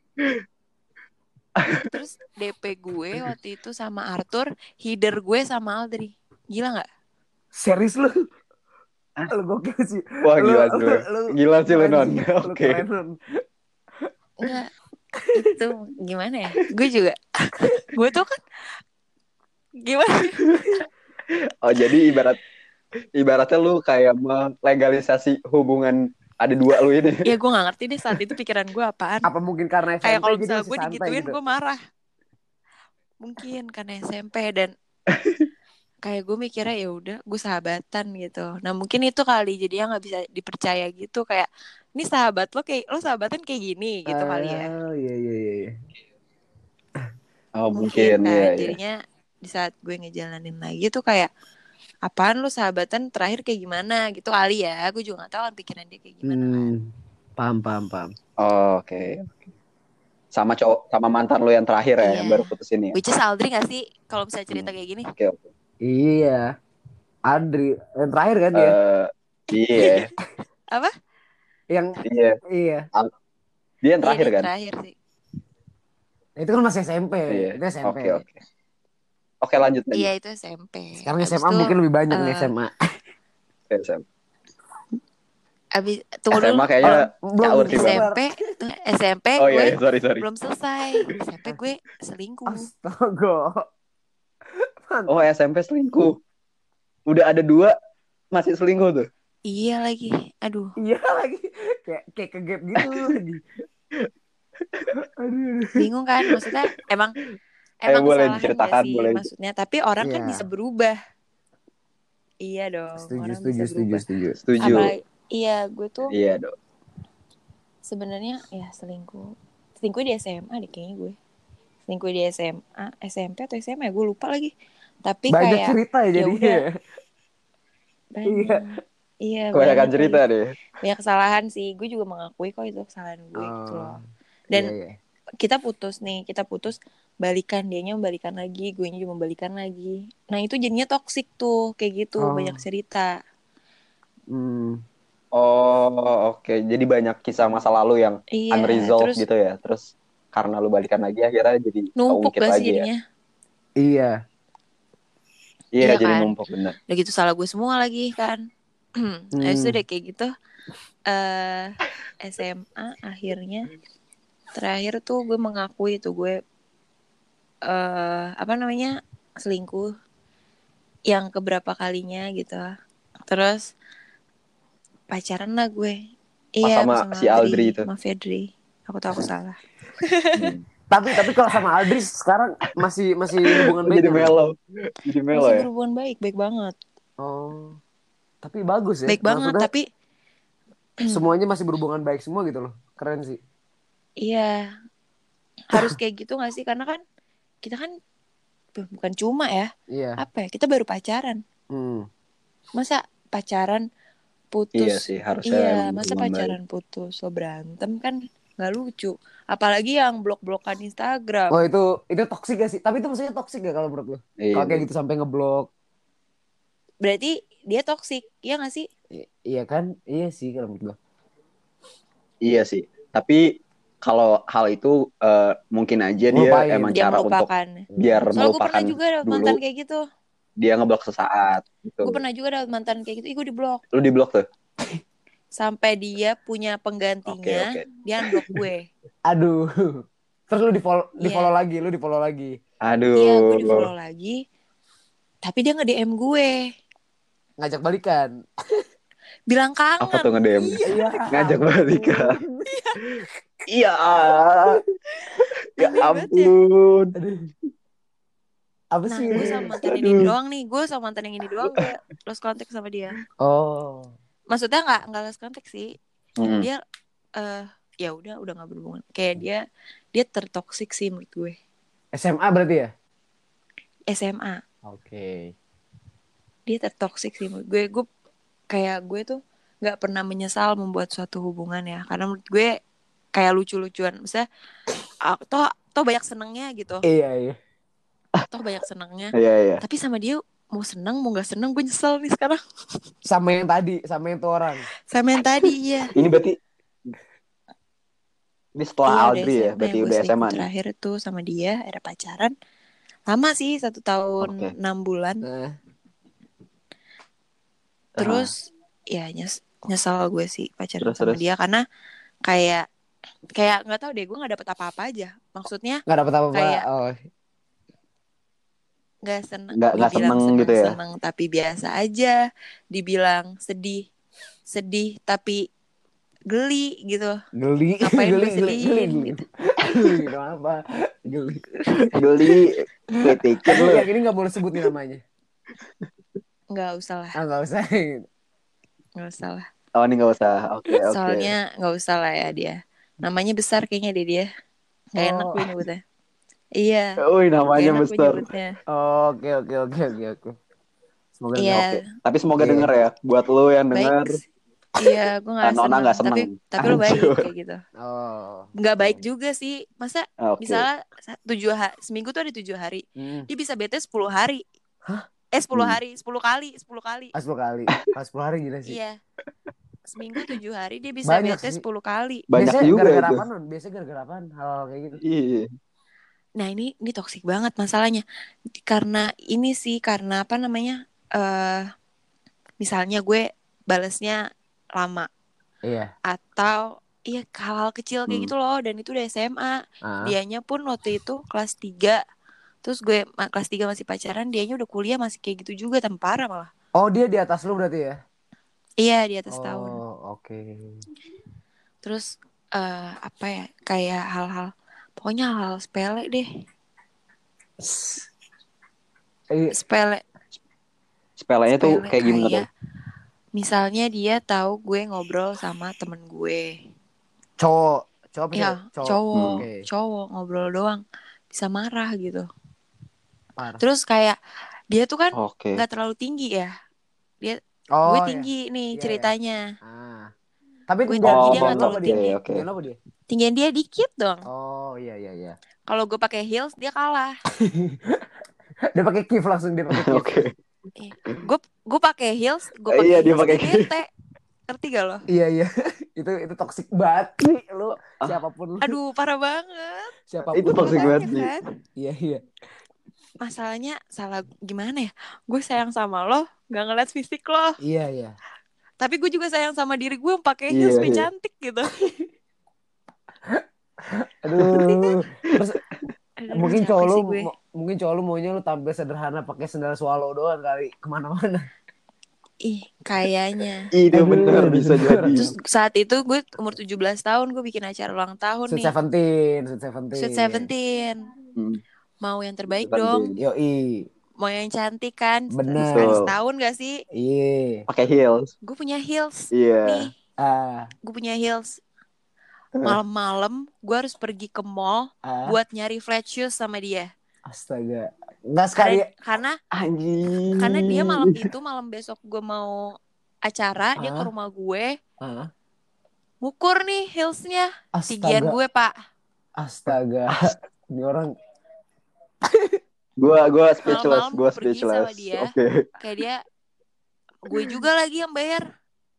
Terus D P gue waktu itu sama Arthur, header gue sama Aldri. Gila gak? Serius lu? Ah. Lu gokil sih. Wah Lu- gila lu- sih lu. lu- Gila sih lu keren non. sih. Lu Oke. keren, Non. Enggak. Itu gimana ya? Gue juga. Gue tuh kan gimana? Oh jadi ibarat ibaratnya lu kayak melegalisasi hubungan ada dua lu ini. Ya gue gak ngerti deh saat itu pikiran gue apaan. Apa mungkin karena S M P Kayak kalau jadi misalnya masih gue santai digituin gitu? gue marah. Mungkin karena S M P dan kayak gue mikirnya ya udah gue sahabatan gitu. Nah mungkin itu kali jadi nggak bisa dipercaya gitu, kayak ini sahabat lo kayak lo sahabatan kayak gini gitu kali ya. Oh iya iya iya. iya. Oh Mungkin mungkin kan ya ya. jadinya di saat gue ngejalanin lagi tuh kayak apaan lo sahabatan terakhir kayak gimana gitu kali ya. Gue juga nggak tahu kan pikiran dia kayak gimana kan. Hmm. Paham paham paham. Oh, Oke. Sama cowok sama mantan lu yang terakhir ya Iya. yang baru putus ini. Ya? Which is Aldri gak sih kalau misalnya cerita kayak gini? Oke oke. Iya. Adri yang terakhir kan dia? Eh, Iya. Apa? Yang Iya. iya. Dia yang terakhir Iya, dia kan? terakhir sih. Itu kan masih S M P. Iya. Itu S M P. Oke oke. Oke lanjut lagi. Iya itu S M P. Sekarang Abis S M A itu, mungkin lebih banyak nih eh, S M A. Oke, S M. Abis tunggu S M A dulu. kayaknya Belum caur sih S bang. M P S M P Oh gue iya iya, sorry sorry. belum selesai. S M P gue selingkuh. Astaga. Oh S M P selingkuh. Udah ada dua masih selingkuh tuh. Iya lagi. Aduh. Iya lagi. Kayak kayak ke gap gitu lagi. Aduh. Bingung kan? Maksudnya emang Ayo emang boleh kesalahan gak diceritakan, sih? boleh. Maksudnya tapi orang kan bisa Iya. berubah. Iya dong, Setuju, orang setuju, bisa setuju, berubah. setuju. Setuju. Apalagi iya, gue tuh Iya dong. sebenarnya ya selingkuh. Selingkuh di S M A deh kayaknya gue. Selingkuh di S M A, S M P atau S M A gue lupa lagi. Tapi Banyak kayak cerita ya ya jadinya. udah Iya. banyak. Iya Kebanyakan banyak cerita lagi. deh. Banyak kesalahan sih. Gue juga mengakui kok itu kesalahan gue gitu Oh. loh. Iya, Dan iya. kita putus nih, kita putus balikan, dianya membalikan lagi, gue juga membalikan lagi. Nah itu jadinya toksik tuh, kayak gitu, Oh. banyak cerita. Hmm. Oh, oke. Jadi banyak kisah masa lalu yang Iya, unresolved terus gitu ya. Terus karena lu balikan lagi akhirnya jadi numpuk keungkit gak sih lagi ya. jadinya? Iya. Iya, Iya jadi kan? numpuk bener. Udah gitu salah gue semua lagi kan. Habis itu Hmm. deh kayak gitu. eh S M A akhirnya terakhir tuh gue mengakui tuh gue eh apa namanya selingkuh yang keberapa kalinya gitu. Terus pacaran lah gue. Pas Iya, sama sama si Aldri Aldri, itu. sama Fedri. Aku tahu aku salah. Hmm. Tapi tapi kalau sama Aldris sekarang masih masih hubungan Oh, baik jadi kan? mellow. Jadi mellow Masih ya. berhubungan baik, baik banget. Oh. Tapi bagus ya. Baik banget, Maksudnya tapi semuanya masih berhubungan baik semua gitu loh. Keren sih. iya, harus kayak gitu gak sih? Karena kan kita kan bukan cuma ya. Iya. Apa ya? Kita baru pacaran. Hmm. Masa pacaran putus? Iya sih, harusnya Iya, emang masa berhubungan pacaran putus lo berantem kan nggak lucu. Apalagi yang blok-blokan Instagram. Oh itu itu toksik gak sih? Tapi itu maksudnya toksik gak kalau menurut lo? Iya, Kalau kayak iya. gitu sampai ngeblok. Berarti dia toksik, iya gak sih? I- iya kan? Iya sih kalau menurut gue. Iya sih. Tapi kalau hal itu eh, mungkin aja dia Ngelupain. emang Dia cara untuk melupakan. biar Soalnya gue pernah melupakan juga dapet dulu, mantan kayak gitu. dia ngeblok sesaat gitu. Gue pernah juga dapet mantan kayak gitu. Ih, gue diblok. Lu di blok tuh. Sampai dia punya Oke, penggantinya, oke. dia unblock gue. Aduh. Terus lu di follow di follow Iya, lagi, lu di follow lagi. iya gue di Aduh. follow lagi. Tapi dia nge-D M gue. Ngajak balikan. Bilang Apa kangen. tuh nge-D M? Iya. Ngajak balikan. ampun. Iya. Ya Aneh banget ya. ampun. Aduh. Apa Nah, sih gue ini? sama mantan ini Aduh. doang nih. Gue sama mantan yang ini doang gak lost contact sama dia. Oh. Maksudnya nggak nggak lost contact sih. Mm-mm. Dia eh ya udah udah nggak berhubungan. Kayak dia dia tertoksik sih menurut gue. S M A berarti ya? S M A. Oke. Dia tertoksik sih menurut gue. Gue kayak gue tuh nggak pernah menyesal membuat suatu hubungan ya. Karena menurut gue kayak lucu-lucuan. Misalnya ah, toh toh banyak senengnya gitu. Iya, iya. Toh banyak senengnya. Iya, iya. Tapi sama dia mau seneng mau nggak seneng gue nyesel nih sekarang. Sama yang tadi, sama yang tuh orang. Sama yang tadi iya. Ini berarti ini setelah Iya udah Aldri ya, S M A berarti yang gue udah S M A selingkuh nih. terakhir tuh sama dia era pacaran. Lama sih satu tahun Oke. enam bulan. Nah, Terus ya nyes nyesel gue sih pacaran Terus, sama terus. dia karena kayak kayak nggak tahu deh gue nggak dapet apa-apa aja. Maksudnya nggak dapat apa-apa. kayak Oh. nggak seneng, Nggak nggak dibilang seneng seneng gitu ya. seneng tapi biasa aja, dibilang sedih sedih tapi geli gitu. Geli, Ngapain geli, gue geli, geli, sedihin geli. gitu. Geli, kenapa? Geli. Geli, kritikin Tapi lu. yang ini nggak boleh sebut nih namanya. Nggak usah lah, Ah, nggak usah. nggak usah lah. Oh, ini nggak usah. Oke, oke. Soalnya nggak usah lah ya dia. Namanya besar kayaknya deh dia. Gak enak Oh. gue nyebutnya. Iya. Wih, Gak namanya enak gue besar. nyebutnya. Oke, oke, oke, oke, oke. Semoga Iya. denger. Oke. Tapi semoga Iya. denger ya. Buat lu yang denger. Baik. Iya, gue Ah, gak Nona seneng. nggak seneng. Tapi tapi lo baik Hancur. kayak gitu. Oh. Gak baik juga sih. Masa Oke. misalnya sa- tujuh ha- seminggu tuh ada tujuh hari. Hmm. Dia bisa bete sepuluh hari. Hah? Eh sepuluh Hmm. hari, sepuluh kali, sepuluh kali. Ah, sepuluh kali. Ah, sepuluh hari gila sih. Iya. Seminggu tujuh hari dia bisa Banyak bete sih. sepuluh kali. Banyak Biasanya juga gara-gara itu. apa non? Biasanya gara-gara apaan? Hal-hal kayak gitu. Iya. Nah ini ini toksik banget masalahnya. Karena ini sih karena apa namanya? eh misalnya gue balesnya lama Iya. atau iya hal-hal kecil kayak Hmm. gitu loh, dan itu udah S M A. Ah. Dianya pun waktu itu kelas tiga. Terus gue ma- kelas tiga masih pacaran, dianya udah kuliah masih kayak gitu juga, tambah parah malah. Oh, dia di atas lu berarti ya? Iya di atas tahun. Oh, oke. Terus eh apa ya? Kayak hal-hal, pokoknya hal-hal sepele deh. Eh, Sepele, Sepelenya tuh sepele kayak gimana tuh? kayak misalnya dia tahu gue ngobrol sama temen gue. cowok, cowok apa Ya cewek? Cowok. cowok, Oke. cowok ngobrol doang bisa marah gitu. Parah. Terus kayak dia tuh kan Oke. nggak terlalu tinggi ya. Dia gue Oh ya. tinggi nih Iya ya. ceritanya. Ah. Tapi Gue tinggian tinggi Oh, dia tinggian nggak lu apa terlalu dia? oke, tinggi. oke. Tinggian lu apa dia? Tinggian dia dikit dong. Oh, iya iya iya. Kalau gue pakai heels dia kalah. Dia pakai kif langsung dia pakai kif. Oke. Gue gue pakai heels, gue Iya, pakai dia heels pakai dia bete. Ngerti gak lo? Iya iya. Itu itu toksik banget sih lu, Ah, siapapun lu. Aduh parah banget. itu Siapapun lu. toxic banget Makanya sih. kan. Iya iya. Masalahnya salah gimana ya? Gue sayang sama lo, gak ngeliat fisik lo. Iya iya. Tapi gue juga sayang sama diri gue yang pakai Iya, heels supaya iya. cantik gitu. Ngerti kan? Aduh. Terus Aduh, mungkin cowok capek lu sih gue. mo- mungkin cowok lu maunya lu tampil sederhana pakai sendal swallow doang kali kemana-mana. Ih, kayaknya. Itu Aduh, bener aduh, bisa bener. jadi. Terus saat itu gue umur tujuh belas tahun, gue bikin acara ulang tahun Sweet nih. Seventeen, Sweet Sweet Seventeen. Seventeen. Hmm. Mau yang terbaik Seventeen. dong. Yoi, Mau yang cantik kan. bener. Hari Betul. setahun gak sih? Iya. Pakai heels. Gue punya heels. Iya. Nih, Ah, gue punya heels. Malam-malam gue harus pergi ke mall ah, buat nyari flat shoes sama dia. astaga. Nggak sekali. Karena karena Anjing. karena dia malam itu malam besok gue mau acara, dia ke Ah, rumah gue ah, ngukur nih heelsnya. Tinggian astaga, gue pak. astaga. Ini orang Gua gua speechless, Malam-malam gua gue pergi sama speechless. dia. Oke. Kayak dia, gue juga lagi yang bayar.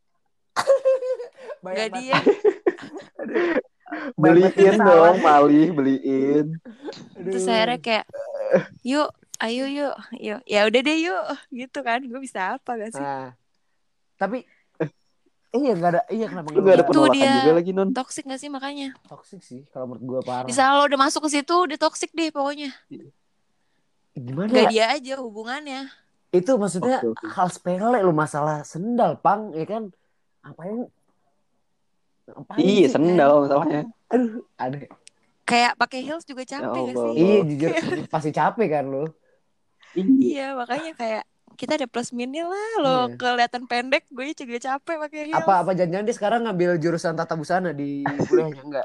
banyak Gak banget. dia. Aduh, banyak banget Beliin kesalahan. dong, Malih, beliin. Terus Aduh. akhirnya kayak, yuk, ayo yuk, yuk. Ya udah deh yuk, gitu kan. Gue bisa apa gak sih? Nah, tapi iya nggak ada, iya kenapa Lu nggak gak ada ada Itu penolakan dia juga lagi, Non. toxic gak sih makanya? toxic sih kalau menurut gue parah. Di saat lo udah masuk ke situ, udah toxic deh pokoknya. Gimana Gak ya? dia aja hubungannya. Itu maksudnya Oke, oke. hal sepele lu masalah sendal, Pang, ya kan? Ngapain? Ngapain Iya, sih? sendal masalahnya. Aduh, ada. Kayak pakai heels juga Ya capek gak sih? Allah. Iya, jujur pasti capek kan lu. Iya. Iya, makanya kayak kita ada plus minusnya lah. Lo Iya. kelihatan pendek, gue juga capek pakai heels. Apa apa jangan-jangan dia sekarang ngambil jurusan tata busana di kuliahnya enggak?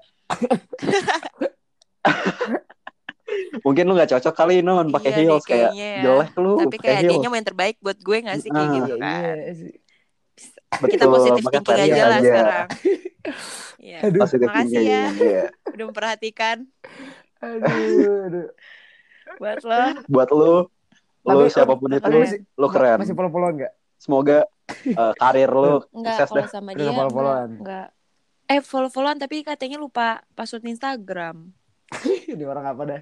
Mungkin lu gak cocok kali, Non, pakai Iya heels deh kayak kayaknya ya. jelek lu Tapi pakai kayak heels. dianya mau yang terbaik buat gue gak sih kayak Nah, gitu Iya, kan. iya sih. Kita betul, positif pakai thinking flat aja lah aja. sekarang. Iya. Aduh, Positive Makasih ya thinking, iya. udah memperhatikan aduh, aduh. buat lo. Buat lu, lu Tapi lu, siapapun itu, tapi masih lu keren. masih follow-followan enggak? Semoga eh, karir lu Enggak, sukses kalau dah. sama Udah dia nggak follow-followan. enggak, enggak. Eh follow-followan tapi katanya lupa password Instagram. Ini orang apa dah?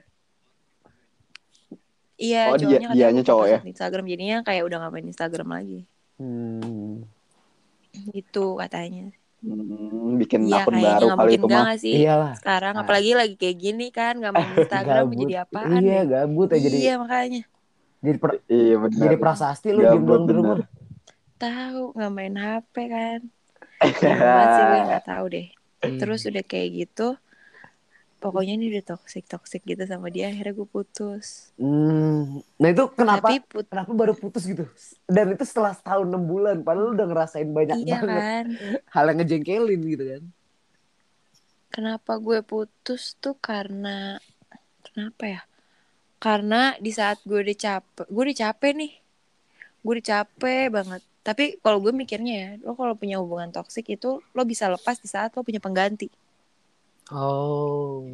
Iya, Oh, dia cowoknya katanya dianya lupa cowok ya. password Instagram, jadinya kayak udah gak main Instagram lagi. Hmm. Gitu katanya. Hmm, bikin Iya, akun kayaknya baru nggak kali mungkin itu enggak mah. nggak sih? Iyalah. Sekarang Ah. apalagi lagi kayak gini kan, nggak main Instagram Gabut. jadi apaan Iya, deh? gabut ya jadi Iya makanya. jadi per- Iya benar. jadi prasasti lu diem Gabut doang di bener. rumah. Tahu nggak main H P kan? Gimana banget sih gue nggak tahu deh. Iya. Terus udah kayak gitu, pokoknya ini udah toxic toxic gitu sama dia. Akhirnya gue putus. Hmm. Nah itu kenapa Tapi put kenapa baru putus gitu? Dan itu setelah setahun enam bulan, padahal lu udah ngerasain banyak iya banget kan? hal yang ngejengkelin gitu kan? Kenapa gue putus tuh karena kenapa ya? Karena di saat gue udah capek, gue udah capek nih, gue udah capek banget. Tapi kalau gue mikirnya ya, lo kalau punya hubungan toksik itu lo bisa lepas di saat lo punya pengganti. Oh.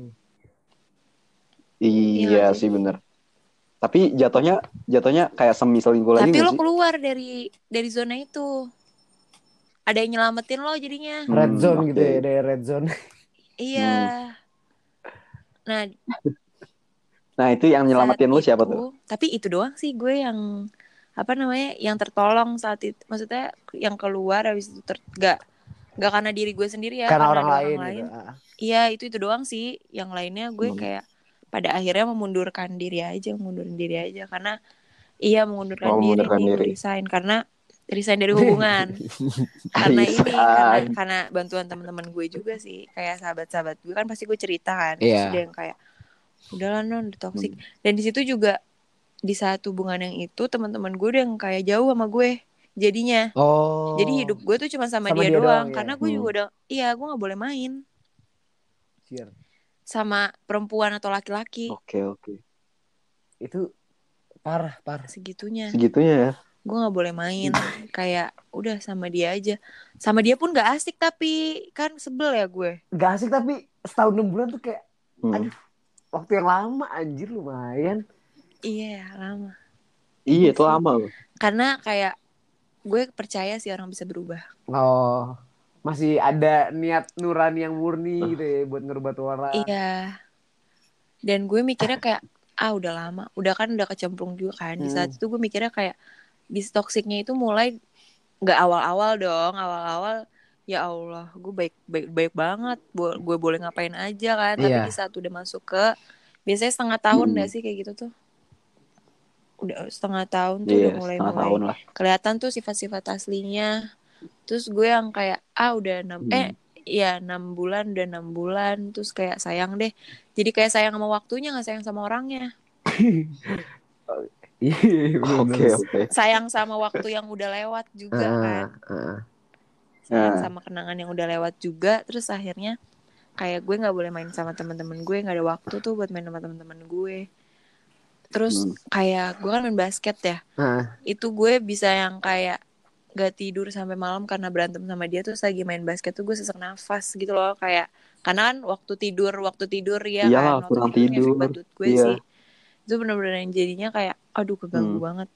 Iya Iya sih bener. Tapi jatuhnya jatuhnya kayak semi selingkuh lagi Tapi nggak lo sih? keluar dari dari zona itu. Ada yang nyelamatin lo jadinya. Red Hmm, zone oke. gitu ya, dari red zone. Iya. Nah, Nah itu yang saat nyelamatin lu siapa itu, tuh? tapi itu doang sih gue yang apa namanya, yang tertolong saat itu. Maksudnya yang keluar habis itu ter, gak, gak karena diri gue sendiri ya, Karena karena orang ada lain orang lain. gitu. Ah. Iya itu itu doang sih. Yang lainnya gue Hmm. kayak pada akhirnya memundurkan diri aja, mengundurin diri aja karena iya mengundurkan Oh, diri mengundurkan nih, gue diri. resign karena resign dari hubungan. Karena ini Resign. karena karena bantuan teman-teman gue juga sih, kayak sahabat-sahabat gue kan pasti gue cerita kan, terus Iya. dia yang kayak udahlah non, udah toxic. Hmm. Dan di situ juga di saat hubungan yang itu teman-teman gue udah yang kayak jauh sama gue jadinya. Oh. Jadi hidup gue tuh cuma sama, Sama dia, dia doang, doang, ya. karena gue Hmm. juga udah iya gue nggak boleh main Siar. sama perempuan atau laki-laki. Oke oke. Itu parah parah. Segitunya. Segitunya ya. Gue nggak boleh main, kayak udah sama dia aja. Sama dia pun nggak asik, tapi kan sebel ya gue. Gak asik tapi setahun enam bulan tuh kayak Hmm. aduh, waktu yang lama anjir, lumayan. Iya lama. Iya itu lama loh. Karena kayak gue percaya sih orang bisa berubah. Oh, masih ada niat nurani yang murni gitu ya buat ngerubah tuh orang. Iya. Dan gue mikirnya kayak ah udah lama, udah kan udah kecemplung juga kan. Di saat Hmm. itu gue mikirnya kayak bis toksiknya itu mulai nggak awal-awal dong, awal-awal ya Allah, gue baik baik baik banget, Bo- gue boleh ngapain aja kan. Tapi Iya. di saat udah masuk ke biasanya setengah tahun Hmm. nggak sih kayak gitu tuh? Udah setengah tahun tuh Iya udah mulai setengah mulai tahun lah. kelihatan tuh sifat-sifat aslinya. Terus gue yang kayak ah udah enam Hmm. eh ya enam bulan udah enam bulan terus kayak sayang deh. Jadi kayak sayang sama waktunya, nggak sayang sama orangnya. Iya, Oke bener. oke. Sayang sama waktu yang udah lewat juga Ah, kan. ah. Sayang Ah. sama kenangan yang udah lewat juga. Terus akhirnya kayak gue nggak boleh main sama teman-teman gue, nggak ada waktu tuh buat main sama teman-teman gue. Terus Hmm. kayak gue kan main basket ya. Ah. Itu gue bisa yang kayak gak tidur sampai malam karena berantem sama dia. Terus lagi main basket tuh gue sesak nafas gitu loh, kayak karena kan waktu tidur waktu tidur ya Iyalah kan, waktu kurang tidur ngefek tidur. banget buat gue Iya. sih. Itu bener-bener yang jadinya kayak aduh keganggu Hmm. banget.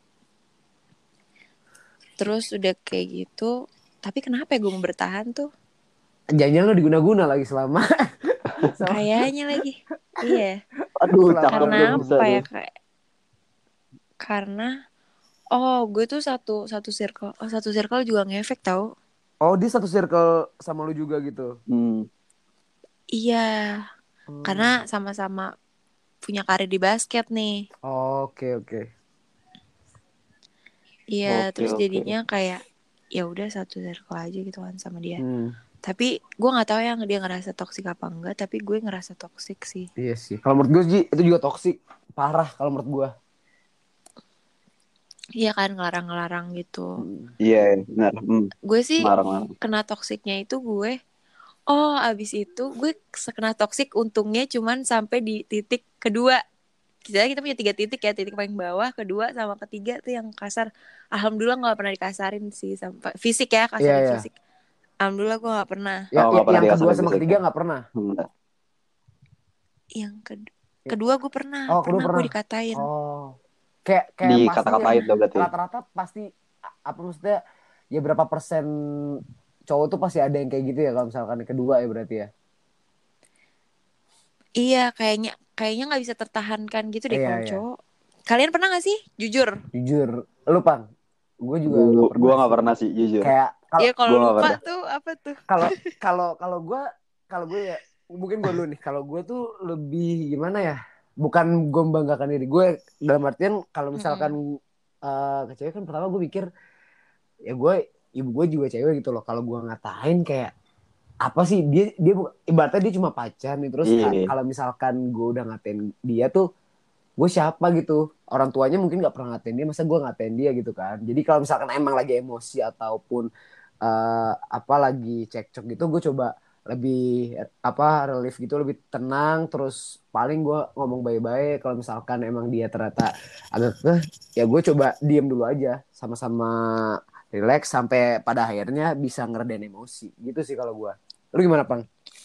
Terus udah kayak gitu, tapi kenapa ya gue mau bertahan tuh? Jangan-jangan lo diguna-guna lagi selama selama, Kayaknya lagi. Iya. Aduh Selama cakep Karena tuh bisa apa ya tuh. kayak karena oh gue tuh satu satu circle, oh, satu circle juga ngefek tau. oh dia satu circle sama lu juga gitu. Hmm. Iya. Hmm. Karena sama-sama punya karir di basket nih. Oke oke. Iya, Oke, terus oke. jadinya kayak ya udah satu circle aja gitu kan sama dia. Hmm. Tapi gue nggak tahu yang dia ngerasa toksik apa enggak, tapi gue ngerasa toksik sih. Iya sih. Kalau menurut gue Ji, itu juga toksik parah kalau menurut gue. Iya kan, ngelarang-ngelarang gitu. Iya benar. Hmm. Gue sih Marah-marah. kena toksiknya itu gue oh abis itu gue kena toksik untungnya cuman sampai di titik kedua. Kita kita punya tiga titik ya, titik paling bawah, kedua sama ketiga tuh yang kasar. Alhamdulillah nggak pernah dikasarin sih sampai fisik ya, Iya kasarin iya. fisik. Alhamdulillah gue nggak pernah. Ya, Oh, ya, nggak pernah yang kedua dikasarin sama fisik ketiga ya? nggak pernah. Enggak. Yang kedua, kedua gue pernah, Oh, kedua pernah gue pernah. dikatain. Oh. Kayak kayak Di pasti kata-katain yang tuh berarti. rata-rata pasti a- apa maksudnya ya berapa persen cowok tuh pasti ada yang kayak gitu ya kalau misalkan yang kedua ya berarti ya. Iya, kayaknya kayaknya nggak bisa tertahankan gitu deh Iya, kalau iya. cowok. Kalian pernah nggak sih? Jujur. Jujur, lu Pang, gue juga Gua, nggak pernah. gua nggak sih. pernah sih jujur. Kayak kalau Iya, kalau gua nggak lupa pernah. tuh apa tuh? kalau kalau kalau gue kalau gue ya mungkin gue dulu nih. Kalau gue tuh lebih gimana ya? Bukan gue membanggakan diri gue dalam artian kalau misalkan uh, ke cewek kan pertama gue mikir ya gue ibu gue juga cewek gitu loh. Kalau gue ngatain kayak apa sih dia dia bu- ibaratnya dia cuma pacar nih terus Iya. ka- kalau misalkan gue udah ngatain dia tuh gue siapa gitu, orang tuanya mungkin nggak pernah ngatain dia, masa gue ngatain dia gitu kan. Jadi kalau misalkan emang lagi emosi ataupun uh, apa lagi cekcok gitu, gue coba lebih apa relief gitu, lebih tenang, terus paling gue ngomong baik-baik. Kalau misalkan emang dia ternyata agak eh ya gue coba diem dulu aja, sama-sama relax sampai pada akhirnya bisa ngeredain emosi gitu sih kalau gue. Lu gimana Pang?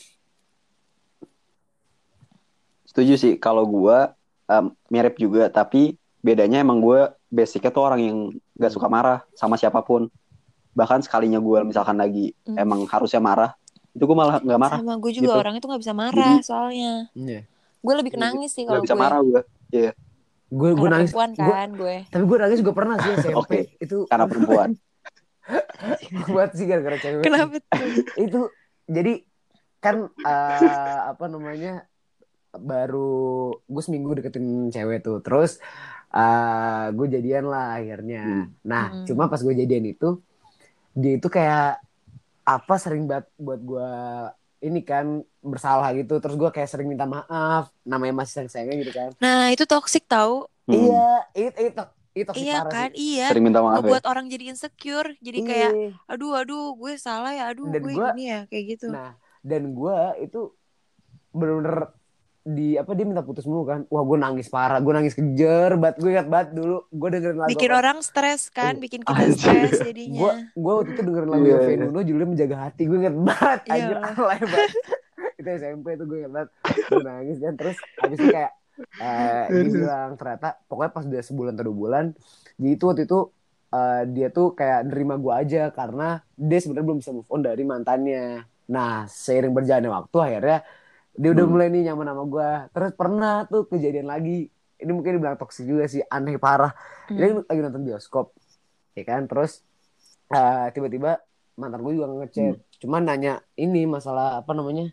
Setuju sih kalau gua um, mirip juga, tapi bedanya emang gue basicnya tuh orang yang gak suka marah sama siapapun. Bahkan sekalinya gue misalkan lagi Hmm. emang harusnya marah, itu gue malah gak marah. Sama gue juga gitu. orangnya tuh nggak bisa marah. Jadi- soalnya. Iya. Gue lebih kenangis sih Gak kalau bisa gue. marah gue. Iya. Gue gue Karena nangis. perempuan Gue, kan gue. tapi gue nangis juga pernah sih S M P. Oke, Itu karena perempuan. buat sih gara-gara cewek. Kenapa tuh? Itu jadi kan uh, apa namanya baru gue seminggu deketin cewek tuh, terus uh, gue jadian lah akhirnya. Hmm. Nah Hmm. cuma pas gue jadian itu dia itu kayak apa sering banget buat gue ini kan bersalah gitu, terus gue kayak sering minta maaf, namanya masih sayang-sayangnya gitu kan. Nah itu toxic tahu. Hmm. Iya, itu itu itu toksik Iya parah kan, sih. iya. Sering minta maaf ya. Ngebuat orang jadi insecure, jadi kayak, Iya. aduh, aduh, gue salah ya, aduh, Dan gue gue, gini ya, kayak gitu. nah, dan gue itu bener-bener di apa dia minta putus mulu kan. Wah gue nangis parah, gue nangis kejer banget, gue ingat banget dulu gue dengerin lagu Bikin apa. orang stres kan, Eh, bikin kita Anjir. stres gue jadinya. gue waktu itu dengerin lagu Iya, Yovie iya. Nuno judulnya Menjaga Hati, gue inget banget anjir, Iya. alay banget. Itu S M P tuh gue inget banget, gue nangis kan. Terus abis itu kayak eh, dia bilang ternyata pokoknya pas udah sebulan atau dua bulan jadi itu waktu itu eh, dia tuh kayak nerima gue aja karena dia sebenarnya belum bisa move on dari mantannya. Nah seiring berjalannya waktu akhirnya dia udah Hmm. mulai nih nyaman sama gue. Terus pernah tuh kejadian lagi, ini mungkin dibilang toksik juga sih, aneh parah. Dia Hmm. lagi nonton bioskop ya kan, terus eh, tiba-tiba mantan gue juga ngechat, Hmm. cuman nanya ini masalah apa namanya,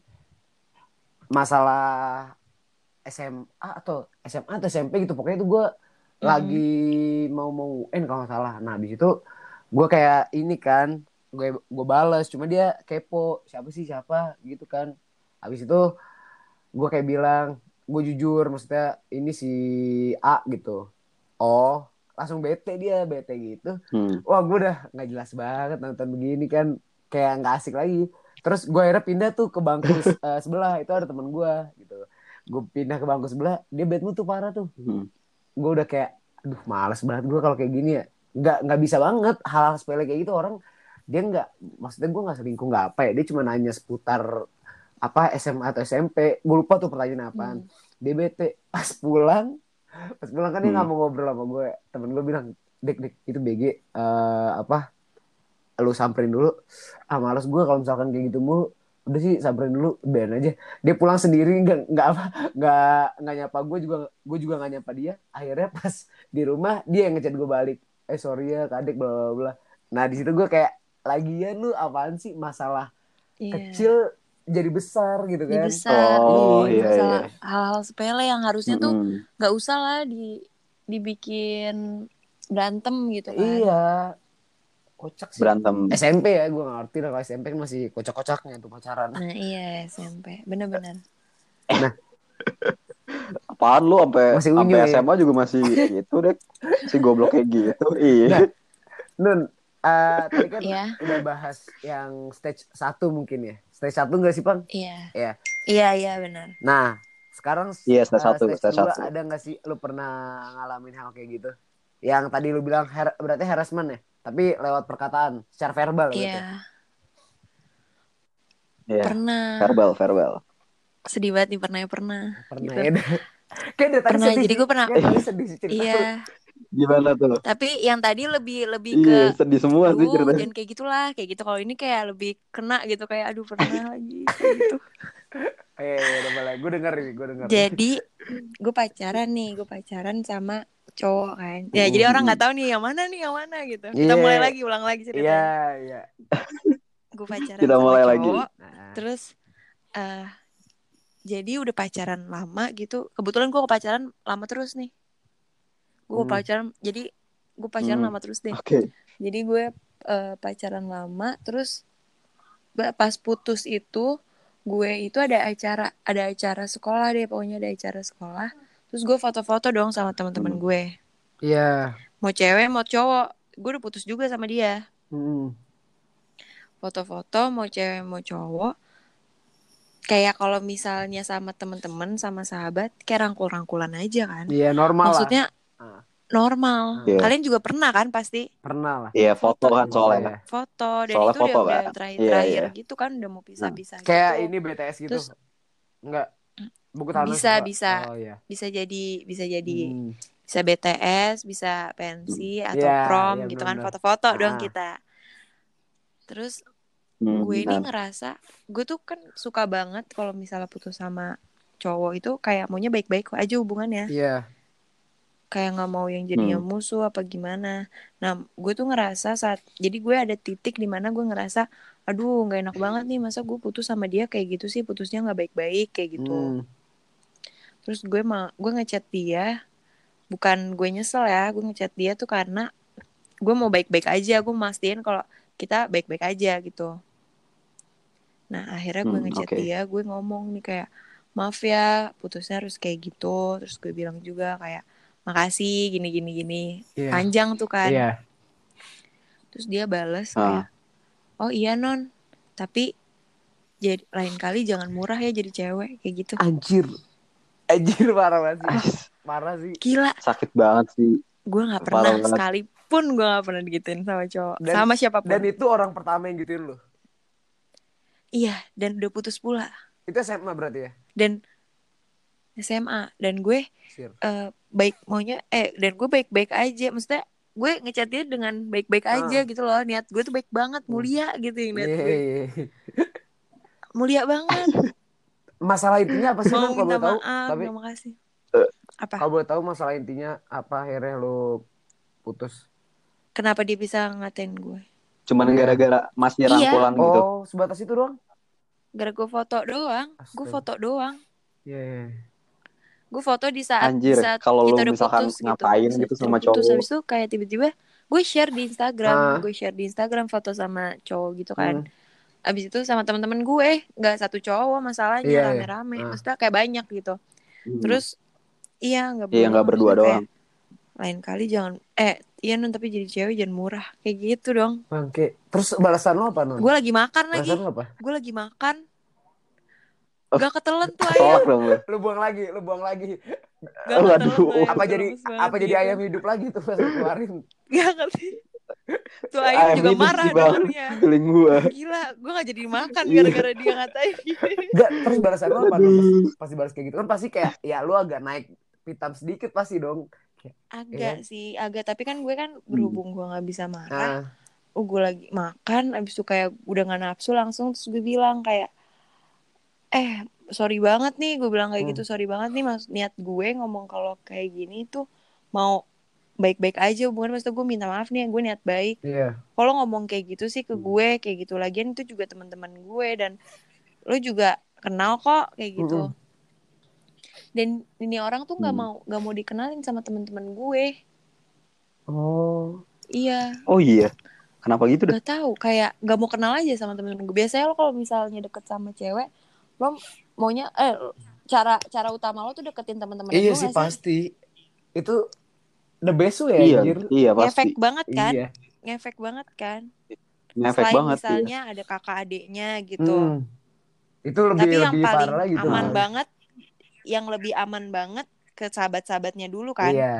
masalah S M A atau S M A atau S M P gitu, pokoknya itu gue Hmm. lagi mau mau U N kalau nggak salah. Nah habis itu gue kayak ini kan, gue gue bales, cuma dia kepo siapa sih siapa gitu kan. Habis itu gue kayak bilang, gue jujur maksudnya ini si A gitu. Oh langsung bete, dia bete gitu. Hmm. Wah gue udah nggak jelas banget nonton begini kan, kayak nggak asik lagi. Terus gue akhirnya pindah tuh ke bangku uh, sebelah, itu ada teman gue gitu. Gue pindah ke bangku sebelah, dia bad mood tuh parah tuh. Hmm. Gue udah kayak aduh males banget gue kalau kayak gini ya, nggak nggak bisa banget hal-hal sepele kayak gitu. Orang dia nggak, maksudnya gue nggak selingkuh nggak apa ya, dia cuma nanya seputar apa S M A atau S M P, gue lupa tuh pertanyaan apaan. Hmm. Dia bete pas pulang, pas pulang kan dia nggak Hmm. mau ngobrol sama gue. Temen gue bilang, dek dek itu B G eh, apa lu samperin dulu. Ah males gue kalau misalkan kayak gitu mulu, udah sih samperin dulu, biarin aja. Dia pulang sendiri, nggak nggak apa nggak nggak nyapa gue juga, gue juga nggak nyapa dia. Akhirnya pas di rumah dia yang ngechat gue balik, eh sorry ya kadek bla bla bla. Nah di situ gue kayak lagian lu apaan sih, masalah Iya. kecil jadi besar gitu Jadi kan. besar. Oh Iya. iya Masalah iya. hal-hal sepele yang harusnya tuh Hmm. nggak usah lah di dibikin berantem gitu kan. Iya, kocak sih. Berantem. S M P ya, gue gak ngerti lah, kalau S M P kan masih kocak-kocaknya tuh pacaran. Nah iya S M P, bener-bener. Nah, Apaan lu sampai masih sampai unyu S M A ya. juga masih gitu deh. Si goblok kayak gitu. Iya. Nah, Nun, uh, tadi kan Iya. udah bahas yang stage satu mungkin ya. Stage satu gak sih, Pang? Iya. Iya. Iya, iya benar. Nah, sekarang Iya, stage uh, satu, stage stage dua satu. ada gak sih lu pernah ngalamin hal kayak gitu? Yang tadi lu bilang her- berarti harassment ya? Tapi lewat perkataan, secara verbal ya berarti. Iya. Iya. Pernah. Verbal, verbal. Sedih banget nih, pernah ya pernah. Pernah Gitu. ya. Kayak dari tadi Pernah, sedih jadi sih. gue pernah. Kayak tadi sedih sih cerita lu. Iya. Gimana tuh? Tapi yang tadi lebih lebih Iya, ke sedih semua sih aduh ceritanya. jangan kayak gitulah, kayak gitu. Kalau ini kayak lebih kena gitu, kayak aduh pernah lagi kayak gitu. Eh, udah mulai. Gue denger ini, gue denger. Jadi gue pacaran nih, gue pacaran sama cowok kan. Ya jadi orang nggak tahu nih yang mana nih yang mana gitu. Kita Iya. mulai lagi, ulang lagi Iya, ceritanya. iya. Gue pacaran Kita sama mulai cowok, lagi. Nah, terus eh jadi udah pacaran lama gitu. Kebetulan gue pacaran lama terus nih. Gue Hmm. pacaran, jadi gue pacaran Hmm. lama terus deh. Oke. Jadi gue eh, pacaran lama, terus ba- pas putus itu gue itu ada acara, ada acara sekolah deh, pokoknya ada acara sekolah. Terus gue foto-foto dong sama teman-teman Hmm. gue. Iya. Mau cewek mau cowok, gue udah putus juga sama dia. Hmm. Foto-foto mau cewek mau cowok. Kayak kalau misalnya sama teman-teman sama sahabat kayak rangkul-rangkulan aja kan. Iya, normal Maksudnya lah. Ah, normal. Iya. Kalian juga pernah kan pasti pernah lah. Iya, foto kan Iya. soalnya. foto, dan Soalnya itu foto udah udah kan. terakhir-terakhir Iya, iya. gitu kan, udah mau pisah-pisah Kayak gitu. ini B T S gitu. Terus Enggak. Buku tahanan bisa sekolah. bisa Oh iya. bisa jadi bisa jadi Hmm. bisa B T S, bisa pensi atau Iya, prom iya, gitu kan, benar-benar. foto-foto dong Ah. kita. Terus Hmm, gue ini benar. ngerasa gue tuh kan suka banget kalau misalnya putus sama cowok itu kayak maunya baik-baik aja hubungannya, Iya. kayak nggak mau yang jadinya Hmm. musuh apa gimana. Nah gue tuh ngerasa saat jadi gue ada titik di mana gue ngerasa aduh nggak enak banget nih, masa gue putus sama dia kayak gitu sih, putusnya nggak baik-baik kayak gitu. Hmm. Terus gue mal gue ngechat dia, bukan gue nyesel ya, gue ngechat dia tuh karena gue mau baik-baik aja, gue mastiin kalau kita baik-baik aja gitu. Nah akhirnya gue Hmm, ngechat oke. dia, gue ngomong nih kayak maaf ya putusnya harus kayak gitu. Terus gue bilang juga kayak makasih gini gini gini, Iya. panjang tuh kan. Iya. Terus dia bales Ah, kayak oh iya non, tapi jadi lain kali jangan murah ya jadi cewek kayak gitu. Anjir. Anjir parah banget sih. ais, Parah sih. Gila, sakit banget sih. gue nggak Parah pernah banget. sekalipun gue nggak pernah digituin sama cowok, Dan sama dan siapapun. itu orang pertama yang gituin lo. Iya, dan udah putus pula. Itu S M A berarti ya? Dan S M A, dan gue Sir. eh, baik maunya eh dan gue baik-baik aja, maksudnya gue ngechat dia dengan baik-baik aja Ah. gitu loh, niat gue tuh baik banget, mulia gitu yang niat Iya, gue, iya. mulia banget, Masalah intinya apa sih, mau Nan? Kalau minta boleh tahu. maaf, Tapi bilang makasih. Eh, Apa? kalau boleh tahu masalah intinya apa akhirnya lo putus? Kenapa dia bisa ngatain gue? Cuman Iya. gara-gara masih Iya, rangkulan gitu. Oh, sebatas itu doang? gara gue foto doang, gue Astaga. foto doang, Iya, iya. gue foto di saat di Anjir, saat kalau lu kita udah misalkan putus gitu, ngapain di saat gitu kita sama udah putus, cowok. habis itu kayak tiba-tiba gue share di Instagram, Ah. gue share di Instagram foto sama cowok gitu kan. Hmm. Abis itu sama teman-teman gue, nggak satu cowok masalahnya, Iya, iya. rame-rame, Ah. maksudnya kayak banyak gitu. Hmm. Terus iya nggak Iya, berdua, nggak berdua maksudnya kayak doang. lain kali jangan eh iya non tapi jadi cewek jangan murah kayak gitu dong. Bangke. Terus balasan lo apa, Non? Gue lagi makan lagi, Balasan lo apa? gue lagi makan, Oh, gak ketelan tuh ketolak ayam, dong lu. Lu buang lagi, lu buang lagi. gak ketelan tuh Waduh, ayam, Apa tuh jadi lemes banget apa jadi gitu. ayam hidup lagi tuh pas lu keluarin? Gak ngerti. Tuh ayam ayam juga hidup marah sih bang, dengernya. feeling gua. Gila, gue gak jadi makan Iya. gara-gara dia ngatain gini. Enggak, terus balasan lo apa, Non? Pas, Aduh. pas dibalas kayak gitu kan pasti kayak ya lu agak naik pitam sedikit pasti dong. Kayak, Agak iya. sih, agak, tapi kan gue kan Hmm. berhubung gue gak bisa marah. Ah. Oh gue lagi makan, abis itu kayak udah gak nafsu langsung, terus gue bilang kayak eh sorry banget nih, gue bilang kayak Hmm. gitu, sorry banget nih mas, niat gue ngomong kalau kayak gini tuh mau baik-baik aja hubungan, maksudnya gue minta maaf nih, gue niat baik. Iya. Kalau ngomong kayak gitu sih ke gue kayak gitu, lagian itu juga teman-teman gue dan lo juga kenal kok kayak gitu. Mm-mm. Dan ini orang tuh nggak Hmm. mau nggak mau dikenalin sama teman-teman gue. Oh. Iya, Oh iya, kenapa gitu dah? nggak tahu, kayak nggak mau kenal aja sama temen-temen gue. Biasanya lo kalau misalnya deket sama cewek, lo maunya eh cara cara utama lo tuh deketin teman-teman Iya lo sih nggak sih? pasti. Itu the best way ya, Iya, anjir. iya pasti. Ngefek banget kan? Iya. Ngefek banget kan? Ngefek Selain banget ya. misalnya ada kakak adiknya gitu. Hmm. Itu lebih Tapi yang lebih paling parah lagi tuh. aman Ah. banget, yang lebih aman banget ke sahabat-sahabatnya dulu kan? Iya.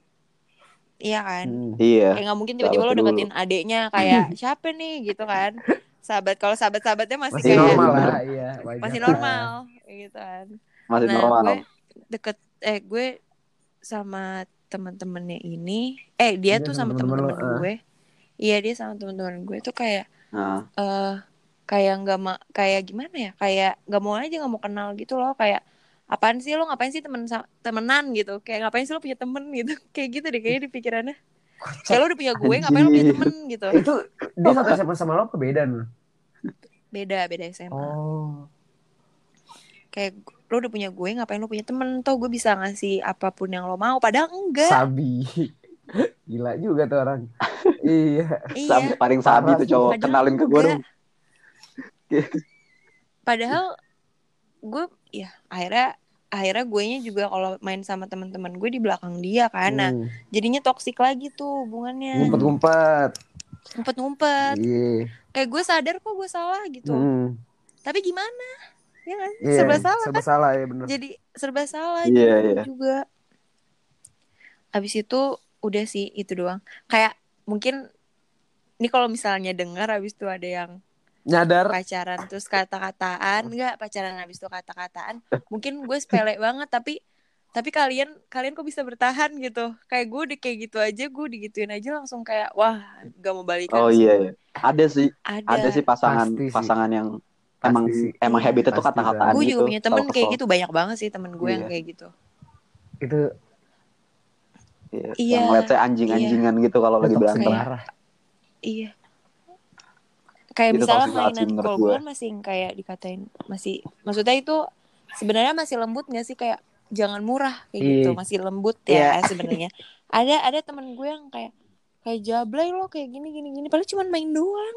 Iya kan? Hmm. Iya. Kayak nggak mungkin tiba-tiba lo Sahabatnya dulu. deketin adiknya kayak siapa nih gitu kan? Sahabat, kalau sahabat-sahabatnya masih, Masih Iya, kayak normal bener. lah, iya. Wajar masih lah. normal gitu kan. Masih Nah normal. gue deket eh gue sama teman-temannya ini, eh dia Dia tuh sama sama temen-temen teman-teman lo, ah. gue, iya dia sama teman-teman gue tuh kayak Nah, eh kayak nggak ma kayak gimana ya, kayak nggak mau aja, nggak mau kenal gitu loh, kayak apaan sih lo, ngapain sih temen sa- temenan gitu, kayak ngapain sih lo punya temen gitu, kayak gitu deh kayaknya di pikirannya, kayak lo udah punya gue ngapain lo punya anjir. temen gitu. Itu dia satu S M A sama lo apa beda, Nun? Beda beda S M A. Oh. Kayak lo udah punya gue ngapain lo punya temen, toh gue bisa ngasih apapun yang lo mau, padahal enggak. Sabi. Gila juga tuh orang. Iya. Sabi, Iya, paling sabi Parah tuh sih. cowok. padahal Kenalin ke gue enggak. dong. Padahal gue ya akhirnya akhirnya gue nya juga kalau main sama teman-teman gue di belakang dia kan. Nah Hmm. jadinya toksik lagi tuh hubungannya, Ngumpet-ngumpet. ngumpet-ngumpet. Iya. Kayak gue sadar kok gue salah gitu, Hmm. tapi gimana ya kan, Iya. serba salah Serba kan, salah ya bener. jadi serba salah Iya, jadinya iya. gue juga. Abis itu udah sih itu doang. Kayak mungkin ini kalau misalnya dengar abis itu ada yang Nyadar. pacaran terus kata-kataan, enggak pacaran habis itu kata-kataan, mungkin gue sepele banget, tapi tapi kalian kalian kok bisa bertahan gitu, kayak gue udah kayak gitu aja, gue digituin aja langsung kayak wah gak mau balikan Oh sih iya, gue. iya. Ada sih. Ada, Ada sih pasangan Pasti sih. pasangan yang Pasti emang sih. emang Iya. habitnya tuh Pasti, kata-kataan gue gitu. juga punya temen Kalau kayak kesel. gitu, banyak banget sih temen gue yang Iya. kayak gitu. Itu Iya. Iya, Yang let's say anjing-anjingan gitu kalau itu lagi toxic berantem. Kayak- parah. iya, kayak Itu misalnya toxic banget sih mainan, menurut kalau gue. gue kan masih kayak dikatain, masih maksudnya itu sebenarnya masih lembut nggak sih, kayak jangan murah kayak Iya. gitu, masih lembut Iya. ya sebenarnya. Ada ada teman gue yang kayak kayak jablay lo kayak gini gini gini, padahal cuma main doang.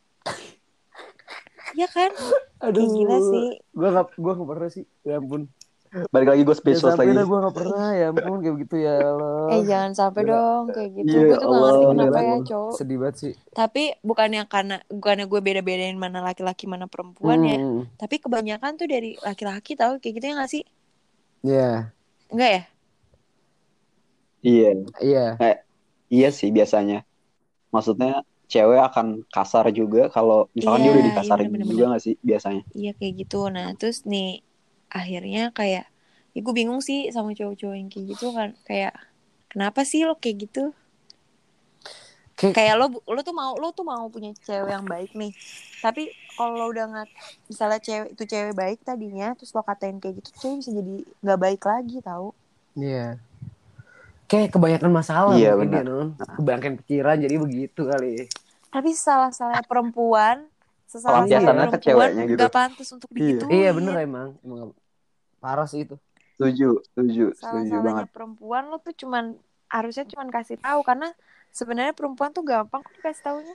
Ya kan? Aduh, Kayak gila sih. gue gak, gue gak pernah sih, ya ampun. Balik lagi gue Ya speechless sampai lagi. dah gue gak pernah, ya ampun kayak begitu ya Allah. Eh jangan sampai Gila. dong kayak gitu. Iya Gue tuh gak Allah. ngerti Gila kenapa banget. ya cowok. Sedih banget sih. Tapi bukannya karena bukannya gue beda-bedain mana laki-laki mana perempuan ya. Hmm. Tapi kebanyakan tuh dari laki-laki tahu kayak gitu ya gak sih? Iya. Enggak ya? Iya. Iya. Kayak iya sih biasanya. Maksudnya cewek akan kasar juga kalau misalkan Iya, dia udah iya dikasarin bener-bener. juga gak sih biasanya? Iya kayak gitu. Nah terus nih akhirnya kayak ya gue bingung sih sama cowok-cowok yang kayak gitu kan. Kayak kenapa sih lo kayak gitu? Kayak Kayak lo lo tuh mau lo tuh mau punya cewek yang baik nih. Tapi kalau lo udah nggak misalnya cewek itu cewek baik tadinya terus lo katain kayak gitu, cewek bisa jadi nggak baik lagi tahu. Iya. Kayak kebanyakan masalah Iya mungkin benar. ya non. Kebanyakan pikiran jadi begitu kali. Tapi salah-salah perempuan, sesalah-salah Pelampiasannya Iya. ke ceweknya perempuan gitu. nggak pantas untuk Iya. digituin. Iya bener emang. Emang parah sih itu. Setuju, setuju, setuju Salah-salahnya banget. perempuan lo tuh cuman harusnya cuman kasih tahu karena sebenarnya perempuan tuh gampang kok dikasih taunya.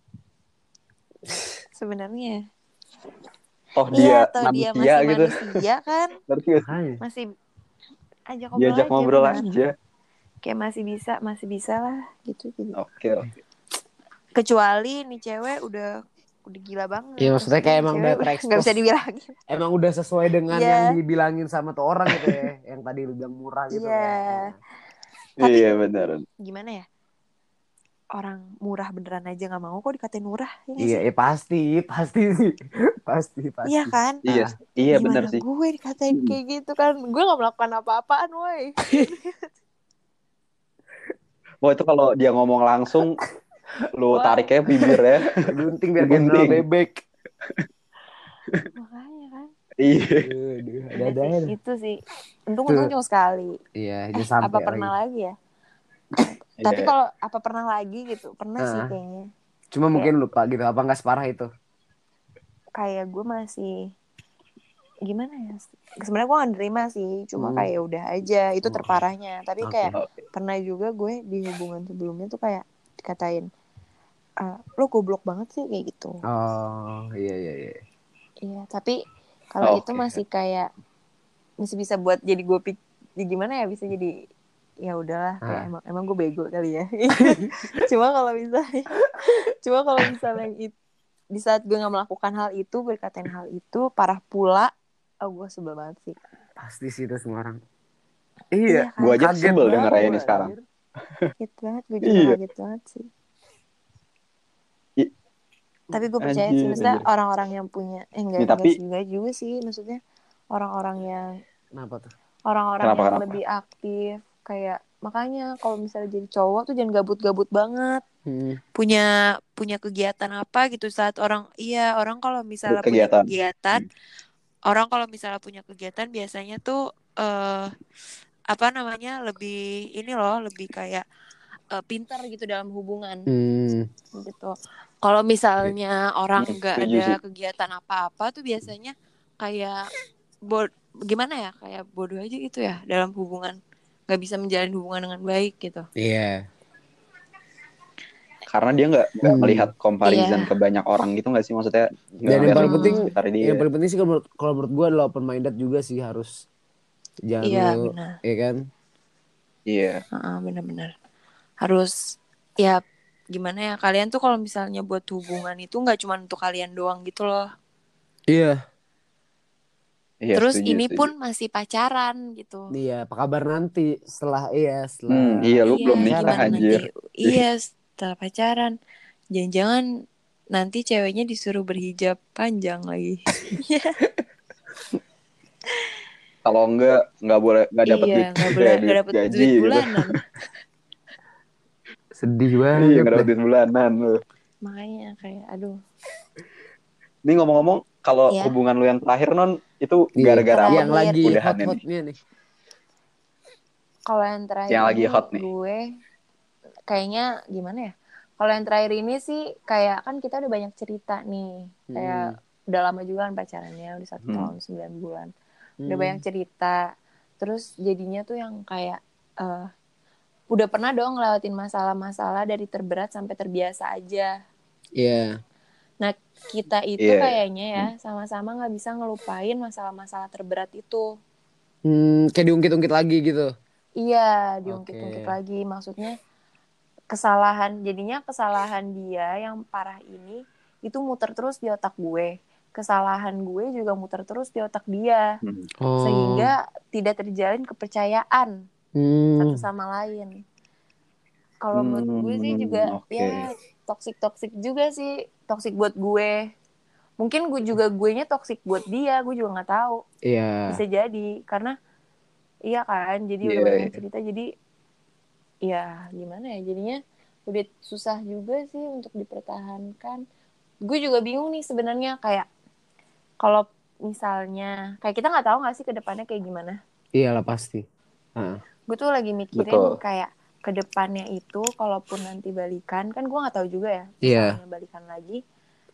Sebenarnya. Oh Iya, dia atau dia manusia masih gitu. manusia kan, Ngerti gak sih? Makanya. masih ajak ngobrol Diajak aja ngobrol benar. aja. Kayak masih bisa, masih bisa lah gitu. Jadi. Oke, oke. Kecuali nih cewek udah udah gila banget. Iya maksudnya kayak emang cewek udah nggak terekspos. bisa dibilangin. Emang udah sesuai dengan Iya. yang dibilangin sama tuh orang gitu ya. Yang tadi lu bilang murah gitu Iya. kan. Tapi Iya benar. gimana ya? Orang murah beneran aja nggak mau kok dikatain murah, ya nggak Iya, sih? eh, pasti, pasti sih. Pasti, pasti. Iya kan? Iya, Ah, iya benar Gimana sih. gue dikatain Hmm. kayak gitu kan? Gue nggak melakukan apa-apaan, woi. Wah itu kalau dia ngomong langsung, lu Wah. tariknya bibirnya. gunting biar kayak Gunting. sendal bebek. Makanya kan. Iya. Aduh, Udah ada-ada sih, aja. itu sih. Untung-untung cuma sekali. Iya, Eh, jangan apa sampai pernah lagi. lagi ya? Tapi Iya. kalau apa pernah lagi gitu? Pernah sih Ah, kayaknya. Cuma Kayak- mungkin lupa gitu. Apa nggak separah itu? Kayak gue masih gimana ya? Sebenarnya gue gak nerima sih, cuma Hmm. kayak udah aja. Itu Oh. terparahnya. Tapi Oke. kayak Oke. pernah juga gue di hubungan sebelumnya tuh kayak dikatain, "Ah, lo goblok banget sih," kayak gitu. Oh, iya, iya, iya. Iya, tapi kalau Oh, itu oke. masih kayak masih bisa buat jadi gue pik, ya gimana ya, bisa jadi ya udahlah kayak Ah. emang emang gue bego kali ya. Cuma kalau misalnya, cuma kalau misalnya yang it- di saat gue nggak melakukan hal itu, gue dikatain hal itu parah pula, oh gue sebel banget sih. Pasti sih itu semua orang. Iya Iya, kan? Gua aja kaget sebel banget denger Raya gua, ini sekarang. anjir. Kaget banget, gue juga Iya. kaget banget sih. I- Tapi gue percaya Anjir, sih, maksudnya anjir. orang-orang yang punya, eh enggak, Ya, enggak tapi- juga juga sih, maksudnya orang-orang yang Kenapa tuh? orang-orang Kenapa, yang kenapa? lebih aktif, kayak makanya kalau misalnya jadi cowok tuh jangan gabut-gabut banget. Hmm. punya punya kegiatan apa gitu saat orang iya orang kalau misalnya punya Kegiatan. kegiatan orang kalau misalnya punya kegiatan biasanya tuh eh apa namanya lebih ini loh lebih kayak eh, pintar gitu dalam hubungan Hmm. gitu. Kalau misalnya orang Hmm, nggak setuju ada sih. kegiatan apa-apa tuh biasanya kayak bod gimana ya kayak bodoh aja gitu ya dalam hubungan, nggak bisa menjalin hubungan dengan baik gitu. Iya. Karena dia nggak nggak Hmm. melihat comparison Iya. ke banyak orang gitu nggak sih, maksudnya nggak Dan yang ngeliat paling Hmm. penting, sekitar dia. yang paling penting sih kalau menurut, kalau menurut gue adalah open minded juga sih, harus jangan Iya lu, benar. ya kan? Iya. Heeh, benar-benar harus ya gimana ya kalian tuh kalau misalnya buat hubungan itu nggak cuma untuk kalian doang gitu loh. Iya. Iya, Terus setuju, ini setuju. pun masih pacaran gitu. Iya, apa kabar nanti setelah iya setelah Hmm, iya lu Iya, belum nikah gimana anjir. nanti? Iya, setelah pacaran. Jangan-jangan nanti ceweknya disuruh berhijab panjang lagi. Kalau enggak nggak boleh nggak dapat Iya, duit nggak boleh duit nggak dapet gaji duit gitu. bulanan. sedih Iya banget nggak dapat deh. duit bulanan lu. Makanya kayak aduh. Ini ngomong-ngomong kalau Iya. hubungan lu yang terakhir non itu Iya. gara-gara apa Yang tuh lagi udahannya nih? hot-hotnya nih. Kalau yang terakhir Yang lagi ini hot nih. gue kayaknya gimana ya? Kalau yang terakhir ini sih kayak kan kita udah banyak cerita nih. Kayak Hmm. udah lama juga kan pacarannya, udah satu Hmm. tahun sembilan bulan. Udah Hmm. banyak cerita. Terus jadinya tuh yang kayak uh, udah pernah dong ngelewatin masalah-masalah dari terberat sampai terbiasa aja. Iya. Yeah. Nah kita itu Iya. kayaknya ya sama-sama nggak bisa ngelupain masalah-masalah terberat itu. Hmm, kayak diungkit-ungkit lagi gitu. Iya, diungkit-ungkit Oke. lagi. Maksudnya kesalahan, jadinya kesalahan dia yang parah ini itu muter terus di otak gue. Kesalahan gue juga muter terus di otak dia. Hmm. Oh. Sehingga tidak terjalin kepercayaan Hmm. satu sama lain. Kalau menurut gue sih juga oke. ya toksik-toksik juga sih. Toksik buat gue. Mungkin gue juga guenya toksik buat dia, gue juga nggak tahu. Iya. Bisa jadi karena iya kan, jadi udah Iya, banyak iya. cerita, jadi ya gimana ya, jadinya udah susah juga sih untuk dipertahankan. Gue juga bingung nih sebenarnya, kayak kalau misalnya kayak kita nggak tahu nggak sih ke depannya kayak gimana. Iyalah pasti. Uh. Gue tuh lagi mikirin Betul. kayak ke depannya itu kalaupun nanti balikan, kan gue nggak tahu juga ya Iya. misalnya balikan lagi.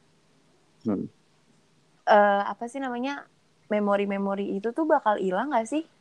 Hmm. Uh, apa sih namanya, memori-memori itu tuh bakal hilang nggak sih?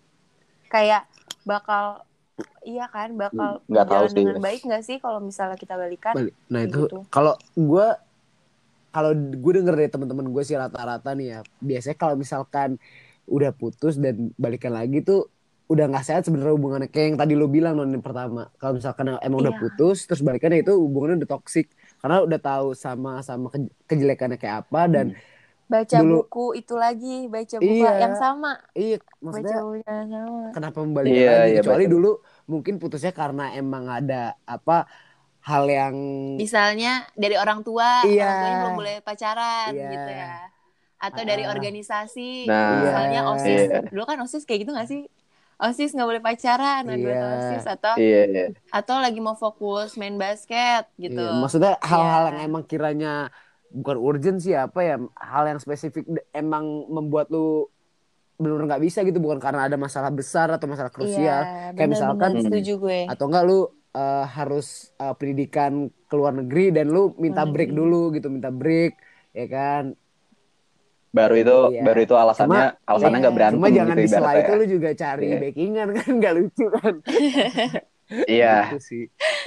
Kayak bakal, iya kan, bakal Nggak tahu berjalan sih. dengan baik nggak sih kalau misalnya kita balikan? Balik. Nah kayak itu gitu. kalau gue kalau gue denger dari teman-teman gue sih rata-rata nih ya, biasanya kalau misalkan udah putus dan balikan lagi tuh udah nggak sehat sebenarnya hubungannya, kayak yang tadi lo bilang non yang pertama. Kalau misalkan emang udah Iya. putus terus balikannya, itu hubungannya udah toksik karena udah tahu sama-sama ke- kejelekannya kayak apa. Dan Hmm. Baca dulu buku itu lagi, baca buku iya yang sama. iya Baca maksudnya buku yang sama. kenapa membalikan Iya, lagi, iya, kecuali baca. dulu mungkin putusnya karena emang ada apa hal yang Misalnya dari orang tua, iya orang tuanya belum boleh pacaran iya gitu ya. Atau Ah, dari ah. organisasi, Nah, misalnya iya OSIS. iya. Dulu kan OSIS kayak gitu gak sih? OSIS gak boleh pacaran, anggota Iya. OSIS. Atau Iya, iya. atau lagi mau fokus main basket gitu. Iya, maksudnya hal-hal Iya. yang emang kiranya bukan urgent sih, apa ya, hal yang spesifik de- emang membuat lu benar nggak bisa gitu, bukan karena ada masalah besar atau masalah Iya, krusial, kayak benar-benar misalkan Hmm. setuju gue. atau enggak lu eh, harus eh, pendidikan ke luar negeri dan lu minta Luar break negeri. dulu gitu, minta break ya kan. Baru itu Iya. baru itu alasannya Cuma alasannya Iya. nggak berantem cuma jangan gitu di sela ibaratnya itu ya. lu juga cari Iya. backingan kan, nggak lucu kan. Iya, Gitu sih.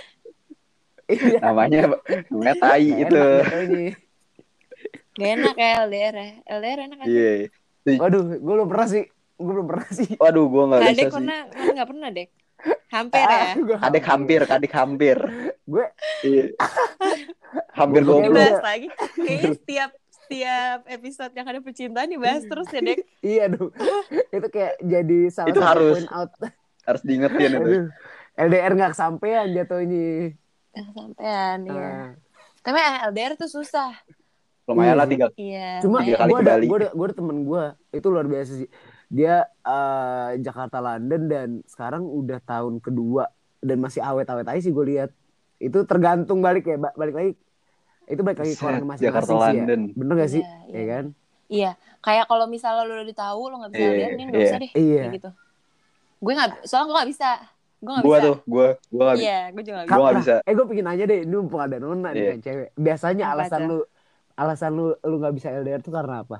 Iya. namanya namanya tai Nggak itu. enak jatuhnya. Gak enak ya L D R ya. L D R enak kan sih? Iya. Waduh, gue belum pernah sih. Gue belum pernah sih. Waduh, gua nggak bisa Kadek sih. pernah, kan gak pernah Dek. Hampir Ah, ya. gua Kadek hampir, kadek hampir. Gue Iya. Hampir Goblok ya lu goblok. Dibahas ya. lagi. Kayaknya setiap setiap episode yang ada percintaan dibahas terus ya Dek. Iya dong. Itu kayak jadi salah Itu satu harus. point out. Harus diingetin itu. Aduh. L D R nggak kesampean jatuhnya. Nah, sampean ya. Ah. Tapi L D R tuh susah. Lumayan Iya lah sih. tiga, Iya. Cuma tiga lumayan. kali gue ke ada Bali. gue ada gue ada temen gue itu luar biasa sih. Dia eh, Jakarta London dan sekarang udah tahun kedua dan masih awet-awet aja sih gue lihat. Itu tergantung balik ya, ba- balik lagi. Itu balik lagi ke orang Set, Jakarta masing-masing sih ya. London. Bener gak sih? Iya, Ya iya. kan? Iya. Kayak kalau misalnya lu udah tahu lu gak bisa Iya, L D R, nih gak iya. usah deh. Iya. Kayak gitu. Gue gak, soalnya gue gak bisa. Gue gak Gua bisa. tuh, gua gua nggak bisa. Iya, gue juga gak Gua bisa. nggak Nah, bisa. eh gue pengen nanya deh, ini mumpung ada nona nih Iya. kan cewek. Biasanya Apa alasan tuh? lu alasan lu lu nggak bisa L D R tuh karena apa?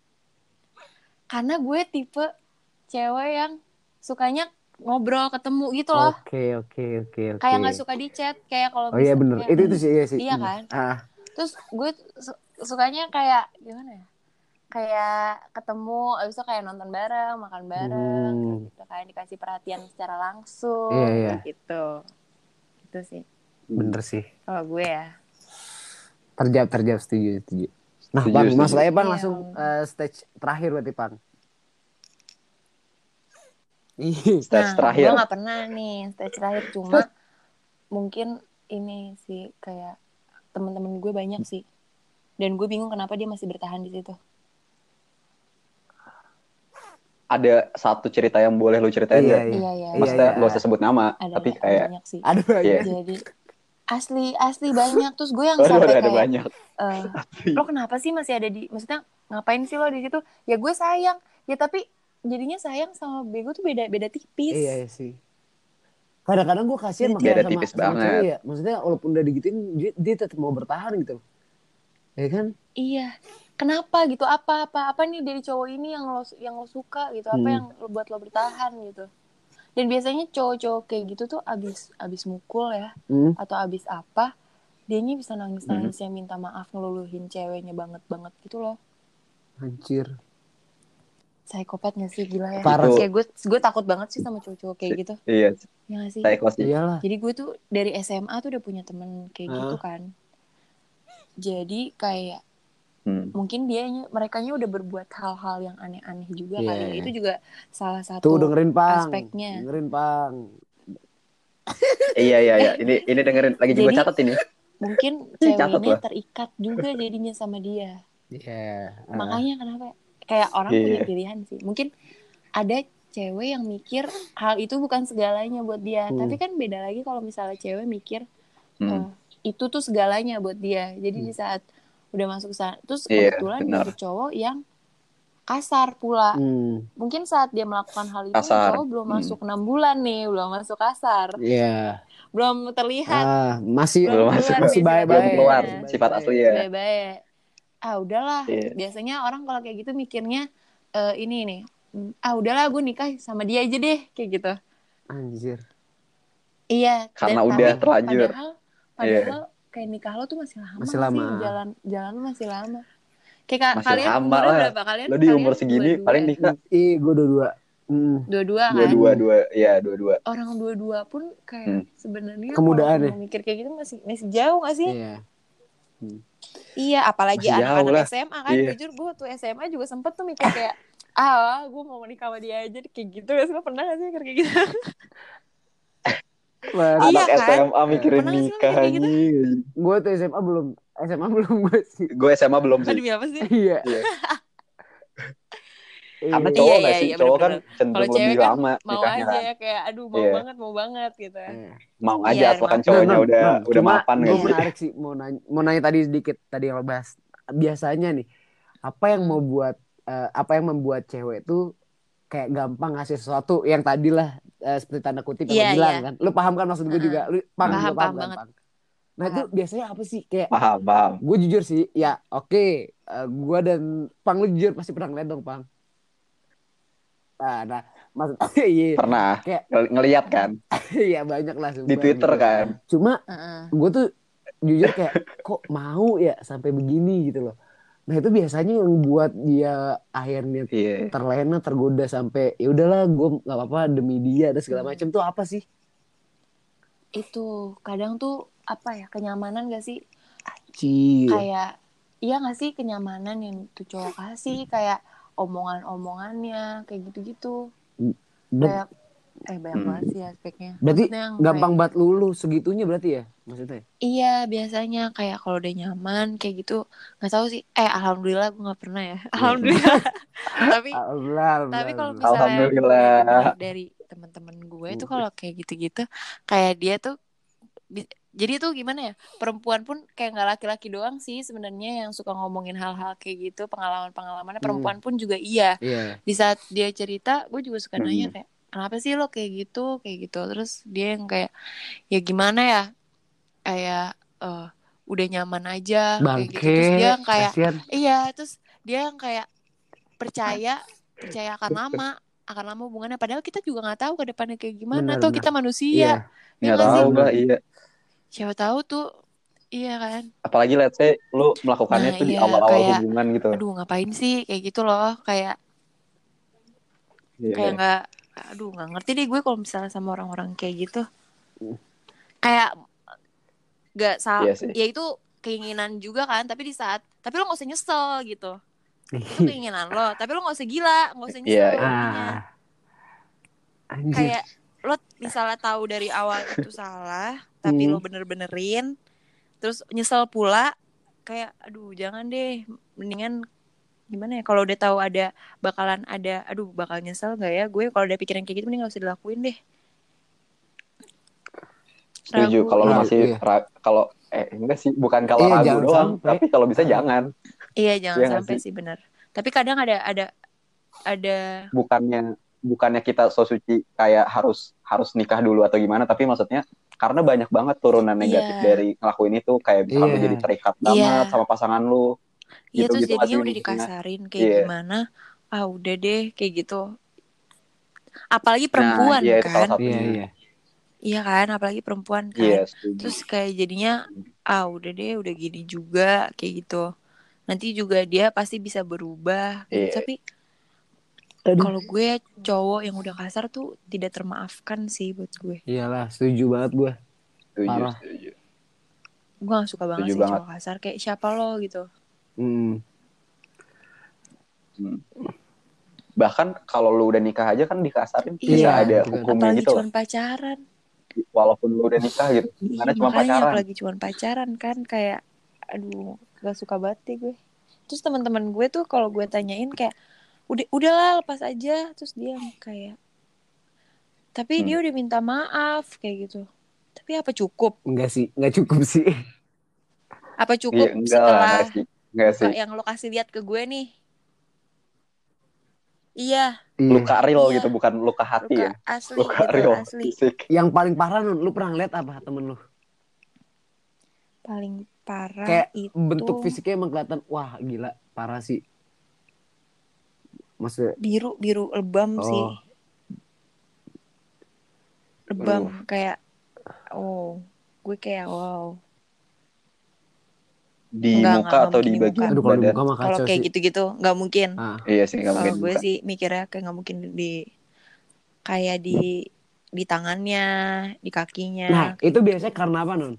Karena gue tipe cewek yang sukanya ngobrol, ketemu gitu loh. Oke oke oke oke. Kayak nggak suka di chat, kayak kalau Oh iya bisa bener, kayak, itu itu sih iya sih. iya Hmm. kan. Ah, Terus gue su- sukanya kayak gimana ya? Kayak ketemu, abis itu kayak nonton bareng, makan bareng, Hmm. kayak gitu, kayak dikasih perhatian secara langsung, Iya, iya. kayak gitu. Itu sih bener sih. kalau gue ya. Terjawab terjawab setuju setuju. Nah, Setuju, Bang, setuju. masuk aja Bang, Iya. langsung eh, stage terakhir berarti Bang. Ih, Stage Nah, terakhir. gue nggak pernah nih stage terakhir, cuma mungkin ini sih kayak temen-temen gue banyak sih, dan gue bingung kenapa dia masih bertahan di situ. Ada satu cerita yang boleh lu ceritain iya nggak? iya. Iya, iya. Maksudnya iya. gak usah sebut nama, Ada tapi ada kayak banyak sih. Ada banyak. Iya. Jadi asli asli banyak. Terus gue yang Waduh, sampai ada, ada kayak banyak. eh, lo kenapa sih masih ada di, maksudnya ngapain sih lo di situ? Ya gue sayang ya, tapi jadinya sayang sama bego tuh beda beda tipis. Iya sih. Kadang-kadang gue kasihan Beda makanya Beda sama, tipis sama banget. cewek ya. Maksudnya walaupun udah digituin dia, dia tetap mau bertahan gitu. Ya kan? Iya. kenapa gitu, apa apa apa nih dari cowok ini yang lo yang lo suka gitu, apa Hmm. yang lo buat lo bertahan gitu. Dan biasanya cowok-cowok kayak gitu tuh abis abis mukul ya, Hmm. atau abis apa, dianya bisa Hmm. nangis-nangis yang minta maaf, ngeluluhin ceweknya banget-banget gitu loh. Anjir. Psikopat gak sih, gila ya. Parah. Itu- Kayak gue gue takut banget sih sama cowok-cowok kayak gitu. Iya, Ya gak sih? psycho sih. Iyalah. Jadi gue tuh dari S M A tuh udah punya temen kayak Hah? gitu kan. Jadi kayak Hmm. mungkin dia merekanya udah berbuat hal-hal yang aneh-aneh juga kali ya. Iya. Itu juga salah Tuh satu dengerin Pang. aspeknya. Dengerin Pang. Iya iya iya. Ini ini dengerin lagi juga Jadi catat ini. mungkin Ih, cewek catat ini loh. terikat juga jadinya sama dia. Iya. Ah. Makanya kenapa kayak orang Iya. punya pilihan sih. Mungkin ada cewek yang mikir hal itu bukan segalanya buat dia. Hmm. Tapi kan beda lagi kalau misalnya cewek mikir Hmm. eh, itu tuh segalanya buat dia. Jadi Hmm. di saat udah masuk ke sana, terus Iya, kebetulan benar. dapet cowok yang kasar pula. Hmm. Mungkin saat dia melakukan hal itu Kasar. cowok belum Hmm. masuk enam bulan nih, belum masuk kasar, Iya. belum terlihat, Ah, masih belum Belum keluar masuk. masih nih baik-baik. Belum keluar sifat-sifatnya. sifat asli ya. Baik-baik. Ah udahlah, Iya. biasanya orang kalau kayak gitu mikirnya eh, ini nih, ah udahlah gue nikah sama dia aja deh kayak gitu. Anjir. Iya, Karena dan udah tapi terlanjur. padahal Iya. padahal kayak nikah lo tuh masih lama, Masih nggak lama. sih, jalan jalan lo masih lama. Kayak ka- Masih kalian lama umurnya lah. berapa? Kalian Lo di kalian umur segini dua-dua paling ya? nikah Ih, gue dua-dua. Hmm. Dua-dua kan? dua-dua dua ya dua-dua. Orang dua-dua pun kayak Hmm. sebenarnya Kemudahan kalau ya? mau mikir kayak gitu masih masih jauh nggak sih? Iya. Hmm. Iya, apalagi Masih jauh anak-anak lah. S M A kan. Iya. Jujur gue tuh S M A juga sempet tuh mikir kayak ah gue mau menikah sama dia aja kayak gitu. Lo pernah gak sih mikir kayak gitu? Wah, Iya Anak kan? S M A mikirin Pernah nggak sih lo nikah mikir kayak gitu? anjing. gue tuh S M A belum. S M A belum gue sih. Gue S M A belum Ah, sih. demi apa sih? Iya. Iya. Iya. Karena Iya cowok iya nggak sih, iya cowok kan benar-benar. Kalau cenderung cewek lebih kan lama mau nikahnya aja kan. kayak aduh mau Iya. banget mau banget gitu. Eh. Mau aja Iya, asalkan maaf. cowoknya Non, udah non. udah Cuma mapan gue nggak sih? menarik sih mau nanya, mau nanya tadi sedikit tadi yang lo bahas. Biasanya nih, apa yang Hmm. membuat eh, apa yang membuat cewek tuh kayak gampang ngasih sesuatu yang tadi lah eh, seperti tanda kutip yang Iya, lo bilang iya. kan. Lu paham kan maksud gue Heeh. juga? Lu paham Hmm. juga Paham, paham paham kan, banget. Pang? Nah itu Paham. biasanya apa sih kayak Paham paham. gue jujur sih ya oke eh, gue dan Pang lu jujur pasti pernah ngeliat dong Pang. Nah, nah maksud iya Pernah kayak Ngel- ngeliat kan iya banyak lah di sumpah Twitter gitu. kan. Cuma Heeh. gue tuh jujur kayak kok mau ya sampai begini gitu loh. Nah itu biasanya yang buat dia akhirnya Iya. terlena tergoda sampai ya udahlah gue nggak apa-apa demi dia dan segala Hmm. macam tuh apa sih? Itu kadang tuh apa ya, kenyamanan gak sih? Cie. Kayak iya gak sih kenyamanan yang tuh cowok kasih, kayak omongan-omongannya kayak gitu-gitu. Ber- Kayak eh banyak Hmm. banget sih aspeknya. berarti Maksudnya yang gampang kayak, banget lulu segitunya berarti ya maksudnya? iya biasanya kayak kalau udah nyaman kayak gitu nggak tahu sih. Eh alhamdulillah gue nggak pernah ya. Alhamdulillah. tapi Alhamdulillah, tapi kalau alhamdulillah. misalnya gue Alhamdulillah. dengar dari teman-teman gue itu kalau kayak gitu-gitu kayak dia tuh bi- jadi tuh gimana ya, perempuan pun kayak nggak laki-laki doang sih sebenarnya yang suka ngomongin hal-hal kayak gitu, pengalaman-pengalamannya Hmm. perempuan pun juga iya. Iya. Di saat dia cerita gue juga suka nanya Hmm. kayak kenapa sih lo kayak gitu kayak gitu, terus dia yang kayak ya gimana ya, kayak eh, udah nyaman aja kayak gitu, terus Bangke, dia yang kayak kasihan. iya, terus dia yang kayak percaya percaya akan lama akan lama hubungannya, padahal kita juga nggak tahu ke depannya kayak gimana. Benar, Tuh benar. kita manusia, Iya. ya Nggak nggak sih, tahu lah iya. siapa tahu tuh, iya kan. Apalagi let's say lu melakukannya Nah tuh di iya awal-awal kayak hubungan gitu. aduh ngapain sih kayak gitu loh, kayak Iya. kayak nggak, aduh nggak ngerti deh gue kalau misalnya sama orang-orang kayak gitu, kayak nggak salah. Iya sih. Ya itu keinginan juga kan, tapi di saat tapi lo nggak usah nyesel gitu, itu keinginan lo, tapi lo nggak usah gila, nggak usah nyesel. Iya, iya. Intinya Ah. Anjir. kayak lo misalnya tahu dari awal itu salah tapi Hmm. lo bener-benerin terus nyesel pula, kayak aduh jangan deh, mendingan gimana ya, kalau udah tahu ada bakalan ada aduh bakal nyesel nggak ya gue, kalau udah pikiran kayak gitu mending nggak usah dilakuin deh. Setuju. Ragu, Kalau lu iya. masih Iya. ra- kalau eh enggak sih, bukan kalau Iya, ragu jangan doang, sampai. tapi kalau bisa Ah. jangan. Iya jangan Iya nggak sampai sih? sih, benar. Tapi kadang ada ada ada Bukannya bukannya kita so suci kayak harus harus nikah dulu atau gimana, tapi maksudnya karena banyak banget turunan negatif Iya. dari ngelakuin itu, kayak misalkan lu Iya. jadi terikat Iya. banget sama pasangan lu. Iya terus gitu-gitu jadinya masih udah maksudnya. dikasarin kayak Iya. gimana. Ah udah deh kayak gitu. Apalagi Nah, perempuan iya itu salah kan. Iya, satunya. iya. Iya kan, apalagi perempuan Iya, kan. setuju. Terus kayak jadinya ah udah deh udah gini juga kayak gitu. Nanti juga dia pasti bisa berubah gitu. Iya, Tapi Aduh. kalau gue cowok yang udah kasar tuh tidak termaafkan sih buat gue. Iyalah, setuju banget gue. setuju, Parah. setuju. Gue gak suka banget Setuju sih banget. cowok kasar. Kayak siapa lo gitu. Hmm. Hmm. Bahkan kalau lu udah nikah aja kan dikasarin bisa Iya, ada gitu kan. hukumnya apalagi gitu loh. cuma pacaran. Walaupun lu udah nikah gitu. Karena Iya, cuma makanya pacaran. apalagi cuma pacaran kan kayak aduh gak suka banget deh gue. Terus teman-teman gue tuh kalau gue tanyain kayak udah udahlah lepas aja, terus dia kayak tapi Hmm. dia udah minta maaf kayak gitu. Tapi apa cukup? Enggak sih, enggak cukup sih. Apa Iya, cukup enggak lah, enggak setelah sih. Enggak luka sih. yang lo kasih lihat ke gue nih? Iya, Luka Iya. real iya. gitu, bukan luka hati Luka ya. asli Luka gitu, real, asli. fisik. Yang paling parah Nun, lu pernah lihat apa temen lu? Paling parah Kayak itu bentuk fisiknya emang kelihatan, wah gila, parah sih. Maksudnya, biru biru lebam oh. sih. Lebam Uh. kayak oh, gue kayak wow. Di Enggak, muka enggak, atau di mungkin di bagian muka. Aduh kalau di badan? muka mah Kalau kacau kayak sih. gitu-gitu nggak mungkin. Ah. Iya sih, nggak mungkin Kalau di gue muka. sih mikirnya kayak nggak mungkin di kayak di di tangannya, di kakinya. Nah, kayak itu gitu. biasanya karena apa Nun?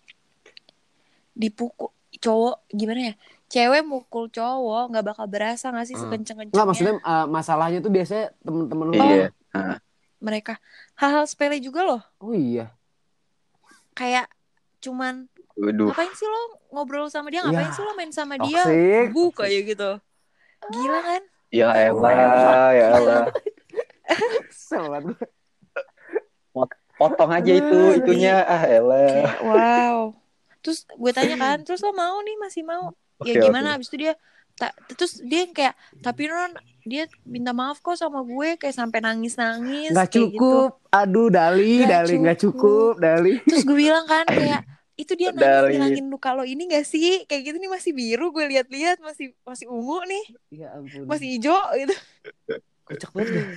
Dipukul cowok gimana ya? Cewek mukul cowok nggak bakal berasa nggak sih Ah. sekenceng-kencengnya? Nggak, maksudnya uh, masalahnya tuh biasanya temen-temen lu. Iya. Oh, Ah. mereka hal-hal sepele juga loh. Oh iya. Kayak cuman Waduh. ngapain sih lo ngobrol sama dia? Ngapain Ya, sih lo main sama toxic, dia? Bu toxic. kayak gitu. Gila kan? Ya elah, ya elah. Selamat. Potong aja itu, itunya. Ah elah. Kayak wow. Terus gue tanya kan, terus lo mau nih masih mau? Ya Oke, gimana? oke. Abis itu dia tak terus dia kayak tapi non dia minta maaf kok sama gue kayak sampai nangis-nangis Nggak kayak gitu. cukup. Aduh, Dali, Nggak Dali, nggak cukup, Dali. Terus gue bilang kan kayak itu dia nangis Dari ngilangin luka lo ini gak sih? Kayak gitu nih masih biru gue lihat-lihat masih masih ungu nih. Ya ampun. Masih hijau gitu. Kocak banget dah.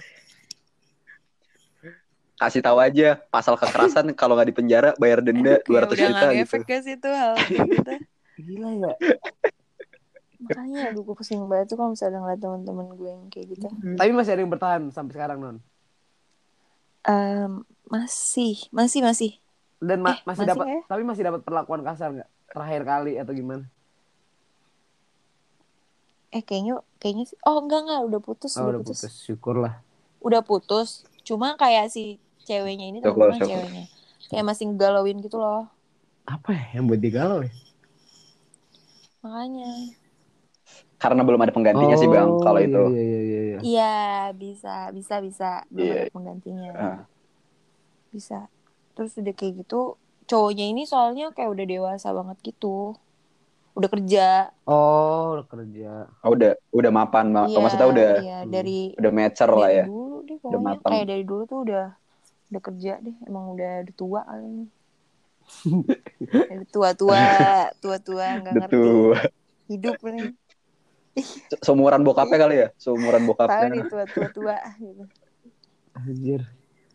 kasih tahu aja pasal kekerasan kalau nggak dipenjara bayar denda dua Kayak ratus udah juta gak gitu. ngefek gak sih tuh hal kayak gitu. Gila ya. Makanya aduh gue pusing banget tuh kalau misalnya ngeliat teman-teman gue yang kayak gitu. Tapi masih ada yang bertahan sampai sekarang, Non. Um, masih, masih, masih. Dan ma- Eh, masih masih dapat, nggak ya? tapi masih dapat perlakuan kasar nggak? Terakhir kali atau gimana? Eh kayaknya, kayaknya sih. Oh enggak enggak, udah putus, Oh, udah udah putus. putus. Syukurlah. Udah putus. Cuma kayak si ceweknya ini Syukur, teman-teman syukur. ceweknya. Kayak masih ngegalauin gitu loh. Apa ya yang buat digalau ya? Makanya. Karena belum ada penggantinya sih bang kalau iya, itu. Iya, iya, iya, iya. Iya, bisa, bisa, bisa. Belum Iya. ada penggantinya. Ah. Bisa. Terus udah kayak gitu, cowoknya ini soalnya kayak udah dewasa banget gitu. Udah kerja. Oh, udah kerja. Oh, udah udah mapan bang. Iya, Oh, maksudnya udah iya, Hmm. dari udah mature lah dari ya. dulu deh Udah pokoknya. matang. Kayak dari dulu tuh udah udah kerja deh. Emang udah, udah tua kali. Udah tua-tua, tua-tua nggak Udah ngerti tua. hidup nih. Seumuran bokapnya kali ya? Seumuran Tahu bokapnya. nih tua-tua tua gitu. Anjir.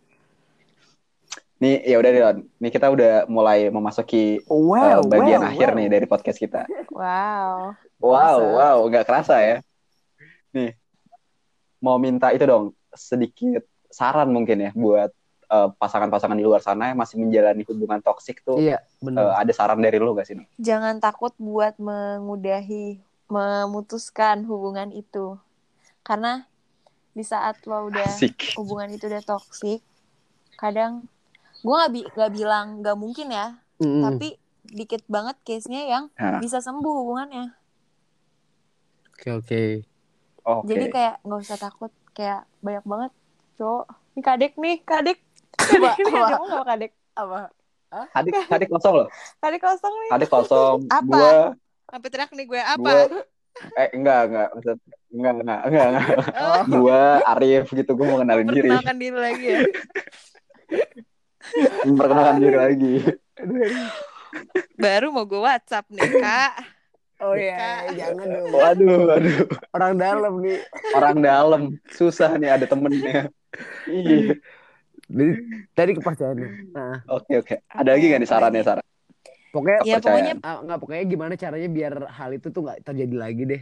Nih ya udah Don. Nih kita udah mulai memasuki Wow, uh, bagian wow, akhir wow. nih dari podcast kita. Wow. Wow, Masa? wow, nggak kerasa ya. Nih, mau minta itu dong, sedikit saran mungkin ya buat uh, pasangan-pasangan di luar sana yang masih menjalani hubungan toksik tuh. Iya, Uh, benar. ada saran dari lu gak sih? Jangan takut buat mengudahi, memutuskan hubungan itu. Karena di saat lo udah Asik. hubungan itu udah toksik, kadang gue nggak bi- nggak bilang nggak mungkin ya, Mm-mm. tapi dikit banget case-nya yang Hah. bisa sembuh hubungannya. Oke, oke. Oke. Jadi kayak nggak usah takut, kayak banyak banget cowok. Ini kadek nih, kadek. Apa? Kadek nih, Apa? ada mau nggak kadek? Apa? Adik, adik kosong loh. Kadek kosong nih. Adik kosong. Apa? Gua, Sampai teriak nih gue apa? gua, eh enggak, enggak, maksud, enggak, enggak, enggak, enggak. Oh, Gua Arif gitu, gua mau kenalin diri. perkenalkan diri lagi ya. Memperkenalkan diri lagi. Baru mau gue WhatsApp nih kak. Oh iya, Kak. jangan dong. Waduh, waduh. Orang dalam nih. Orang dalam. Susah nih ada temennya. Iya. Jadi tadi kepercayaannya. Nah, Oke, oke. Ada Apa lagi ya, gak nih apa sarannya, lagi? Sarah? pokoknya Ya pokoknya Kepercayaan. ah, nggak pokoknya gimana caranya biar hal itu tuh nggak terjadi lagi deh.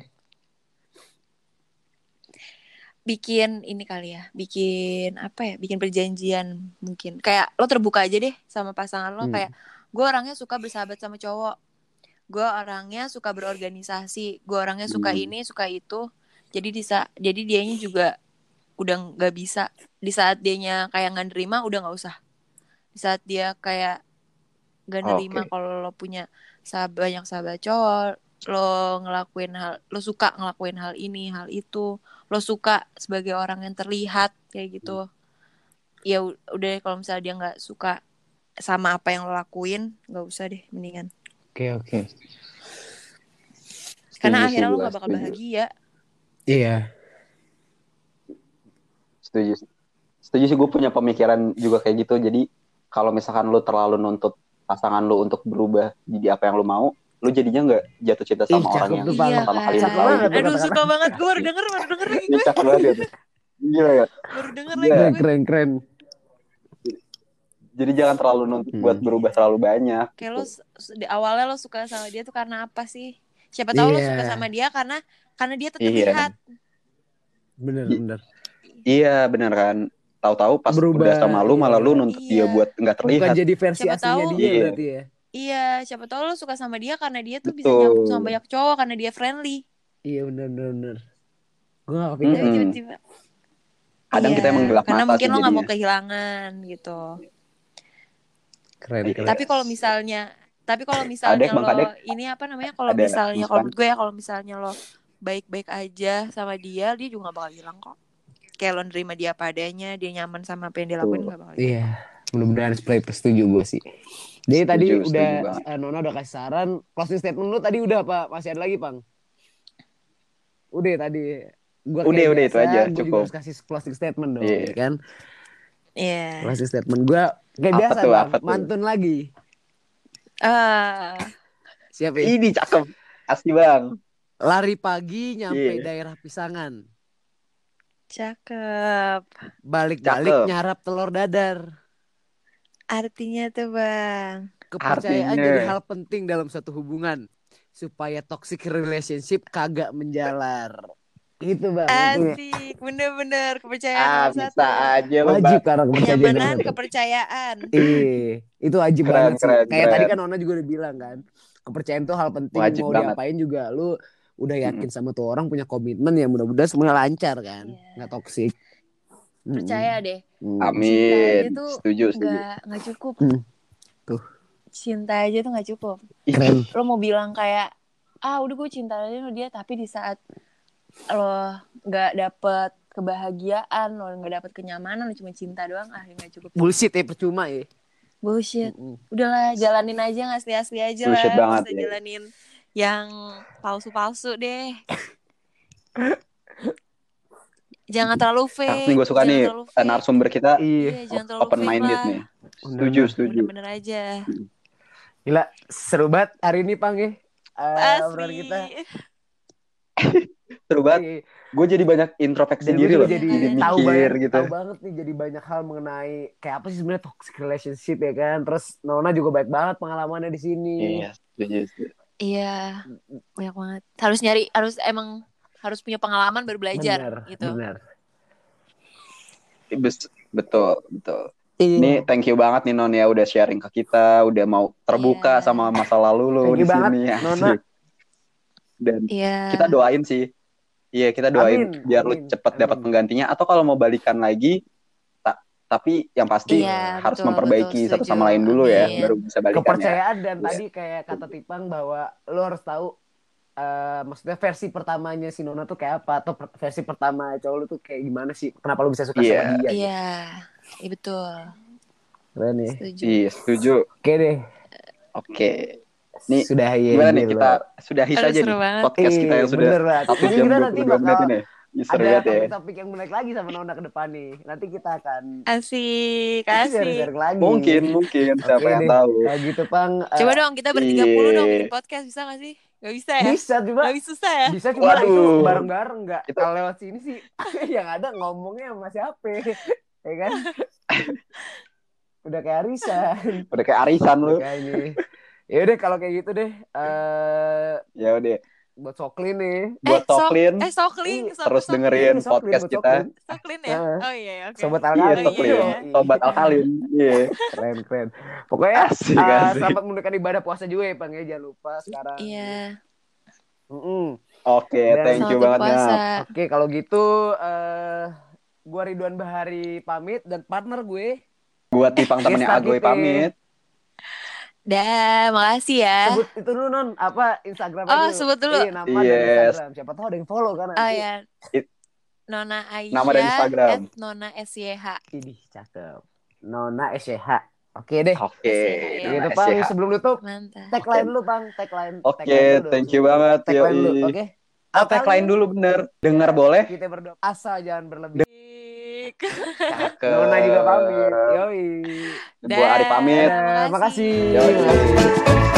bikin ini kali ya, bikin apa ya, bikin perjanjian mungkin. Kayak lo terbuka aja deh sama pasangan lo, Hmm. kayak gue orangnya suka bersahabat sama cowok, gue orangnya suka berorganisasi, gue orangnya suka Hmm. ini, suka itu. Jadi bisa, jadi dianya juga udah nggak bisa. Di saat dianya kayak nggak nerima, udah nggak usah. Di saat dia kayak nggak nerima Oke. kalau lo punya sahabat, banyak sahabat cowok, lo ngelakuin hal, lo suka ngelakuin hal ini, hal itu, lo suka sebagai orang yang terlihat kayak gitu. Ya u- udah kalau misalnya dia nggak suka sama apa yang lo lakuin, nggak usah deh, mendingan. Oke oke. Karena Setuju sih akhirnya lo gue, nggak bakal setuju. bahagia. Iya. Setuju. Setuju sih, gue punya pemikiran juga kayak gitu. Jadi kalau misalkan lu terlalu nuntut pasangan lu untuk berubah jadi apa yang lu mau, lu jadinya nggak jatuh cinta Ih, sama orang cakep yang tuh, Bang. Iya pertama kali lu Cakep kan. tahu banget gitu. tuh Aduh kata-kata. suka banget, gue baru denger, baru denger lagi Ini gue, cakep banget ya tuh. Gila ya. baru denger Iya. lagi Keren gue. keren keren. Jadi jangan terlalu nuntut buat Hmm. berubah terlalu banyak. Kayak Gitu. lo s- di awalnya lo suka sama dia tuh karena apa sih? Siapa tahu lo suka Iya. sama dia karena karena dia tuh Iya. terlihat. Bener I- bener. Iya bener kan. Tahu-tahu pas udah sama Berubah. lu malah lu Iya. nuntut dia Iya. buat nggak Bukan terlihat. jadi versi Siapa aslinya tahu, dia Iya. berarti ya. iya, siapa tahu lo suka sama dia karena dia tuh bisa nyambung sama Betul. banyak cowok karena dia friendly. Iya bener bener bener. Gue gak Tapi kepikiran. Mm-mm. tiba-tiba, Kadang iya, kita emang gelap karena mata mungkin sih lo nggak mau jadinya. kehilangan gitu. Keren keren. Tapi kalau misalnya, tapi kalau Kadek misalnya bang lo kadek ini apa namanya, kalau ada misalnya, kalau Muspan. menurut gue ya, kalau misalnya lo baik-baik aja sama dia, dia juga gak bakal hilang kok. Kayak lo nerima dia apa adanya, dia nyaman sama apa yang dia lakuin, Tuh. gak bakal hilang. Iya. Mudah-mudahan seperti itu, setuju gue sih. Jadi Setuju, tadi setuju udah banget. eh, Nona udah kasih saran. Closing statement lu tadi udah apa? Masih ada lagi, Pang? Udah tadi. Gue Udah kayak udah itu biasa, aja gue juga cukup. harus kasih closing statement dong, Iya. ya kan? Iya. Closing statement gue kayak Apa biasa, tuh, Bang. apa tuh? Mantun lagi. Ah, Siap ya? Ini cakep. Asli bang. Lari pagi nyampe Iya. daerah Pisangan. cakep. Balik-balik Cakep. nyarap telur dadar. Artinya tuh bang, Kepercayaan Artinya. jadi hal penting dalam suatu hubungan supaya toxic relationship kagak menjalar. Itu Bang. Itu. asik, bener-bener kepercayaan Ah nomor bisa satu. aja lo Wajib bang. karena kepercayaan Kenyamanan, nomor satu. kepercayaan. Iya, itu wajib Keren, banget sih. keren, Kayak keren. tadi kan Nona juga udah bilang kan, kepercayaan tuh hal penting. Wajib Mau banget. diapain juga lu udah yakin Mm-mm. sama tuh orang, punya komitmen, ya mudah-mudahan semuanya lancar kan, Iya. nggak toksik. Percaya deh, Hmm. cinta aja Amin. tuh Setuju, setuju. nggak nggak cukup. Hmm. Tuh Cinta aja tuh nggak cukup. keren. Lo mau bilang kayak, ah udah gue cinta aja sama dia, tapi di saat lo nggak dapet kebahagiaan, lo nggak dapet kenyamanan, lo cuma cinta doang, ah nggak cukup. Bullshit ya, percuma ya. Bullshit. Mm-mm. Udahlah, jalanin aja, nggak asli-asli aja Bullshit lah. banget, Nggak usah ya. jalanin yang palsu-palsu deh. Jangan terlalu Cakep nih, fake. gue suka Jangan nih terlalu fake. narasumber kita Iya. Iya, jangan terlalu open fake minded lah. nih. Setuju, setuju. Bener-bener aja. Gila, seru banget hari ini Pang ya. Uh, obrolan Asli. kita. Seru banget. Iya. Gue jadi banyak introspeksi Dan gue diri juga loh. jadi Jadi tahu mikir banyak, gitu. tahu banget nih, jadi banyak hal mengenai kayak apa sih sebenarnya toxic relationship ya kan. Terus Nona juga baik banget pengalamannya di sini. Iya, setuju, setuju. Iya, banyak banget. Harus nyari, harus emang harus punya pengalaman baru belajar Bener, gitu. bener. Bes- Betul, betul. Iya. Ini thank you banget nih Non ya udah sharing ke kita, udah mau terbuka Iya. sama masa lalu lu Thank di you banget, sini. Nona. Asik. Dan Iya. kita doain sih. Iya, kita doain Amin, biar amin, lu cepet amin. dapat penggantinya atau kalau mau balikan lagi ta- tapi yang pasti Iya, harus betul, memperbaiki betul, satu setuju. sama lain dulu ya, Amin. baru bisa balikan ya. Kepercayaan dan Iya. tadi kayak kata Tipang bahwa lu harus tahu eh, maksudnya versi pertamanya si Nona tuh kayak apa, atau per- versi pertama cowok lu tuh kayak gimana sih, kenapa lu bisa suka Iya. sama dia gitu. Iya, iya betul. Keren ya. Setuju. Iya, setuju. Oke deh, Oke. Nih, sudah ya gimana nih gitu kita loh. sudahi Aduh, saja seru nih banget. podcast kita yang Ih, sudah bener banget. satu Mungkin jam kita dua nanti puluh dua menit bakal ini. Ih, seru ada banget ya. topik-topik yang menarik lagi sama Nona ke depan nih. Nanti kita akan Asik, asik. share-share lagi. Mungkin, mungkin Oke siapa yang deh, tahu. kalau gitu Pang. eh, Coba dong kita bertiga puluh dong Iya. bikin podcast, bisa gak sih? Gak bisa ya? Bisa cuma Lebih susah ya? bisa cuma Waduh. itu bareng-bareng nggak. Itu- Kalau lewat sini sih yang ada ngomongnya sama siapa, ya kan? Udah kayak arisan. Udah kayak arisan lu. Makanya. Ya udah kalau kayak gitu deh. Eh Ya udah. buat Soklin nih. Buat eh, sok, Soklin, eh Soklin, Iya, sok, terus Soklin. dengerin Iya, Soklin, podcast buat kita. Soklin. Soklin ya? Heeh. Oh iya, oke. Sobat Iya, Alkalin. Oh, Soklin. iya. Sobat Alkalin. Iya. Keren keren. Pokoknya Asik, eh, asik. selamat menunaikan ibadah puasa juga ya Bang ya. Jangan lupa sekarang. Iya. Mm-mm. Oke, Dan thank you Selamat banget Ngap. berpuasa. Oke kalau gitu eh gua Ridwan Bahari pamit dan partner gue. Buat Tipang temennya Gestar Agoy kita. pamit. Dah, makasih ya. Sebut itu dulu non apa Instagramnya Oh, dulu. sebut dulu. Iya nama dan Yes. Instagram. Siapa tahu ada yang follow kan Oh nanti. ya. It- Nona Nama dan Aisyah Instagram. at Nona S Y H. Idih cakep. Nona S Y H. Oke deh. Oke. S Y H, ya. Gitu Nah, Bang S Y H. sebelum tutup Mantap. tagline lu Bang, tagline. Oke, tagline lu dong. thank you banget. Tagline lu, Yoi. oke? Oh, tagline dulu bener. Dengar boleh? Kita berdoa asal jangan berlebih. Cakep. Nona juga pamit. Yoi. Gua Ari pamit. Dadah, makasih. Yoi. Makasih.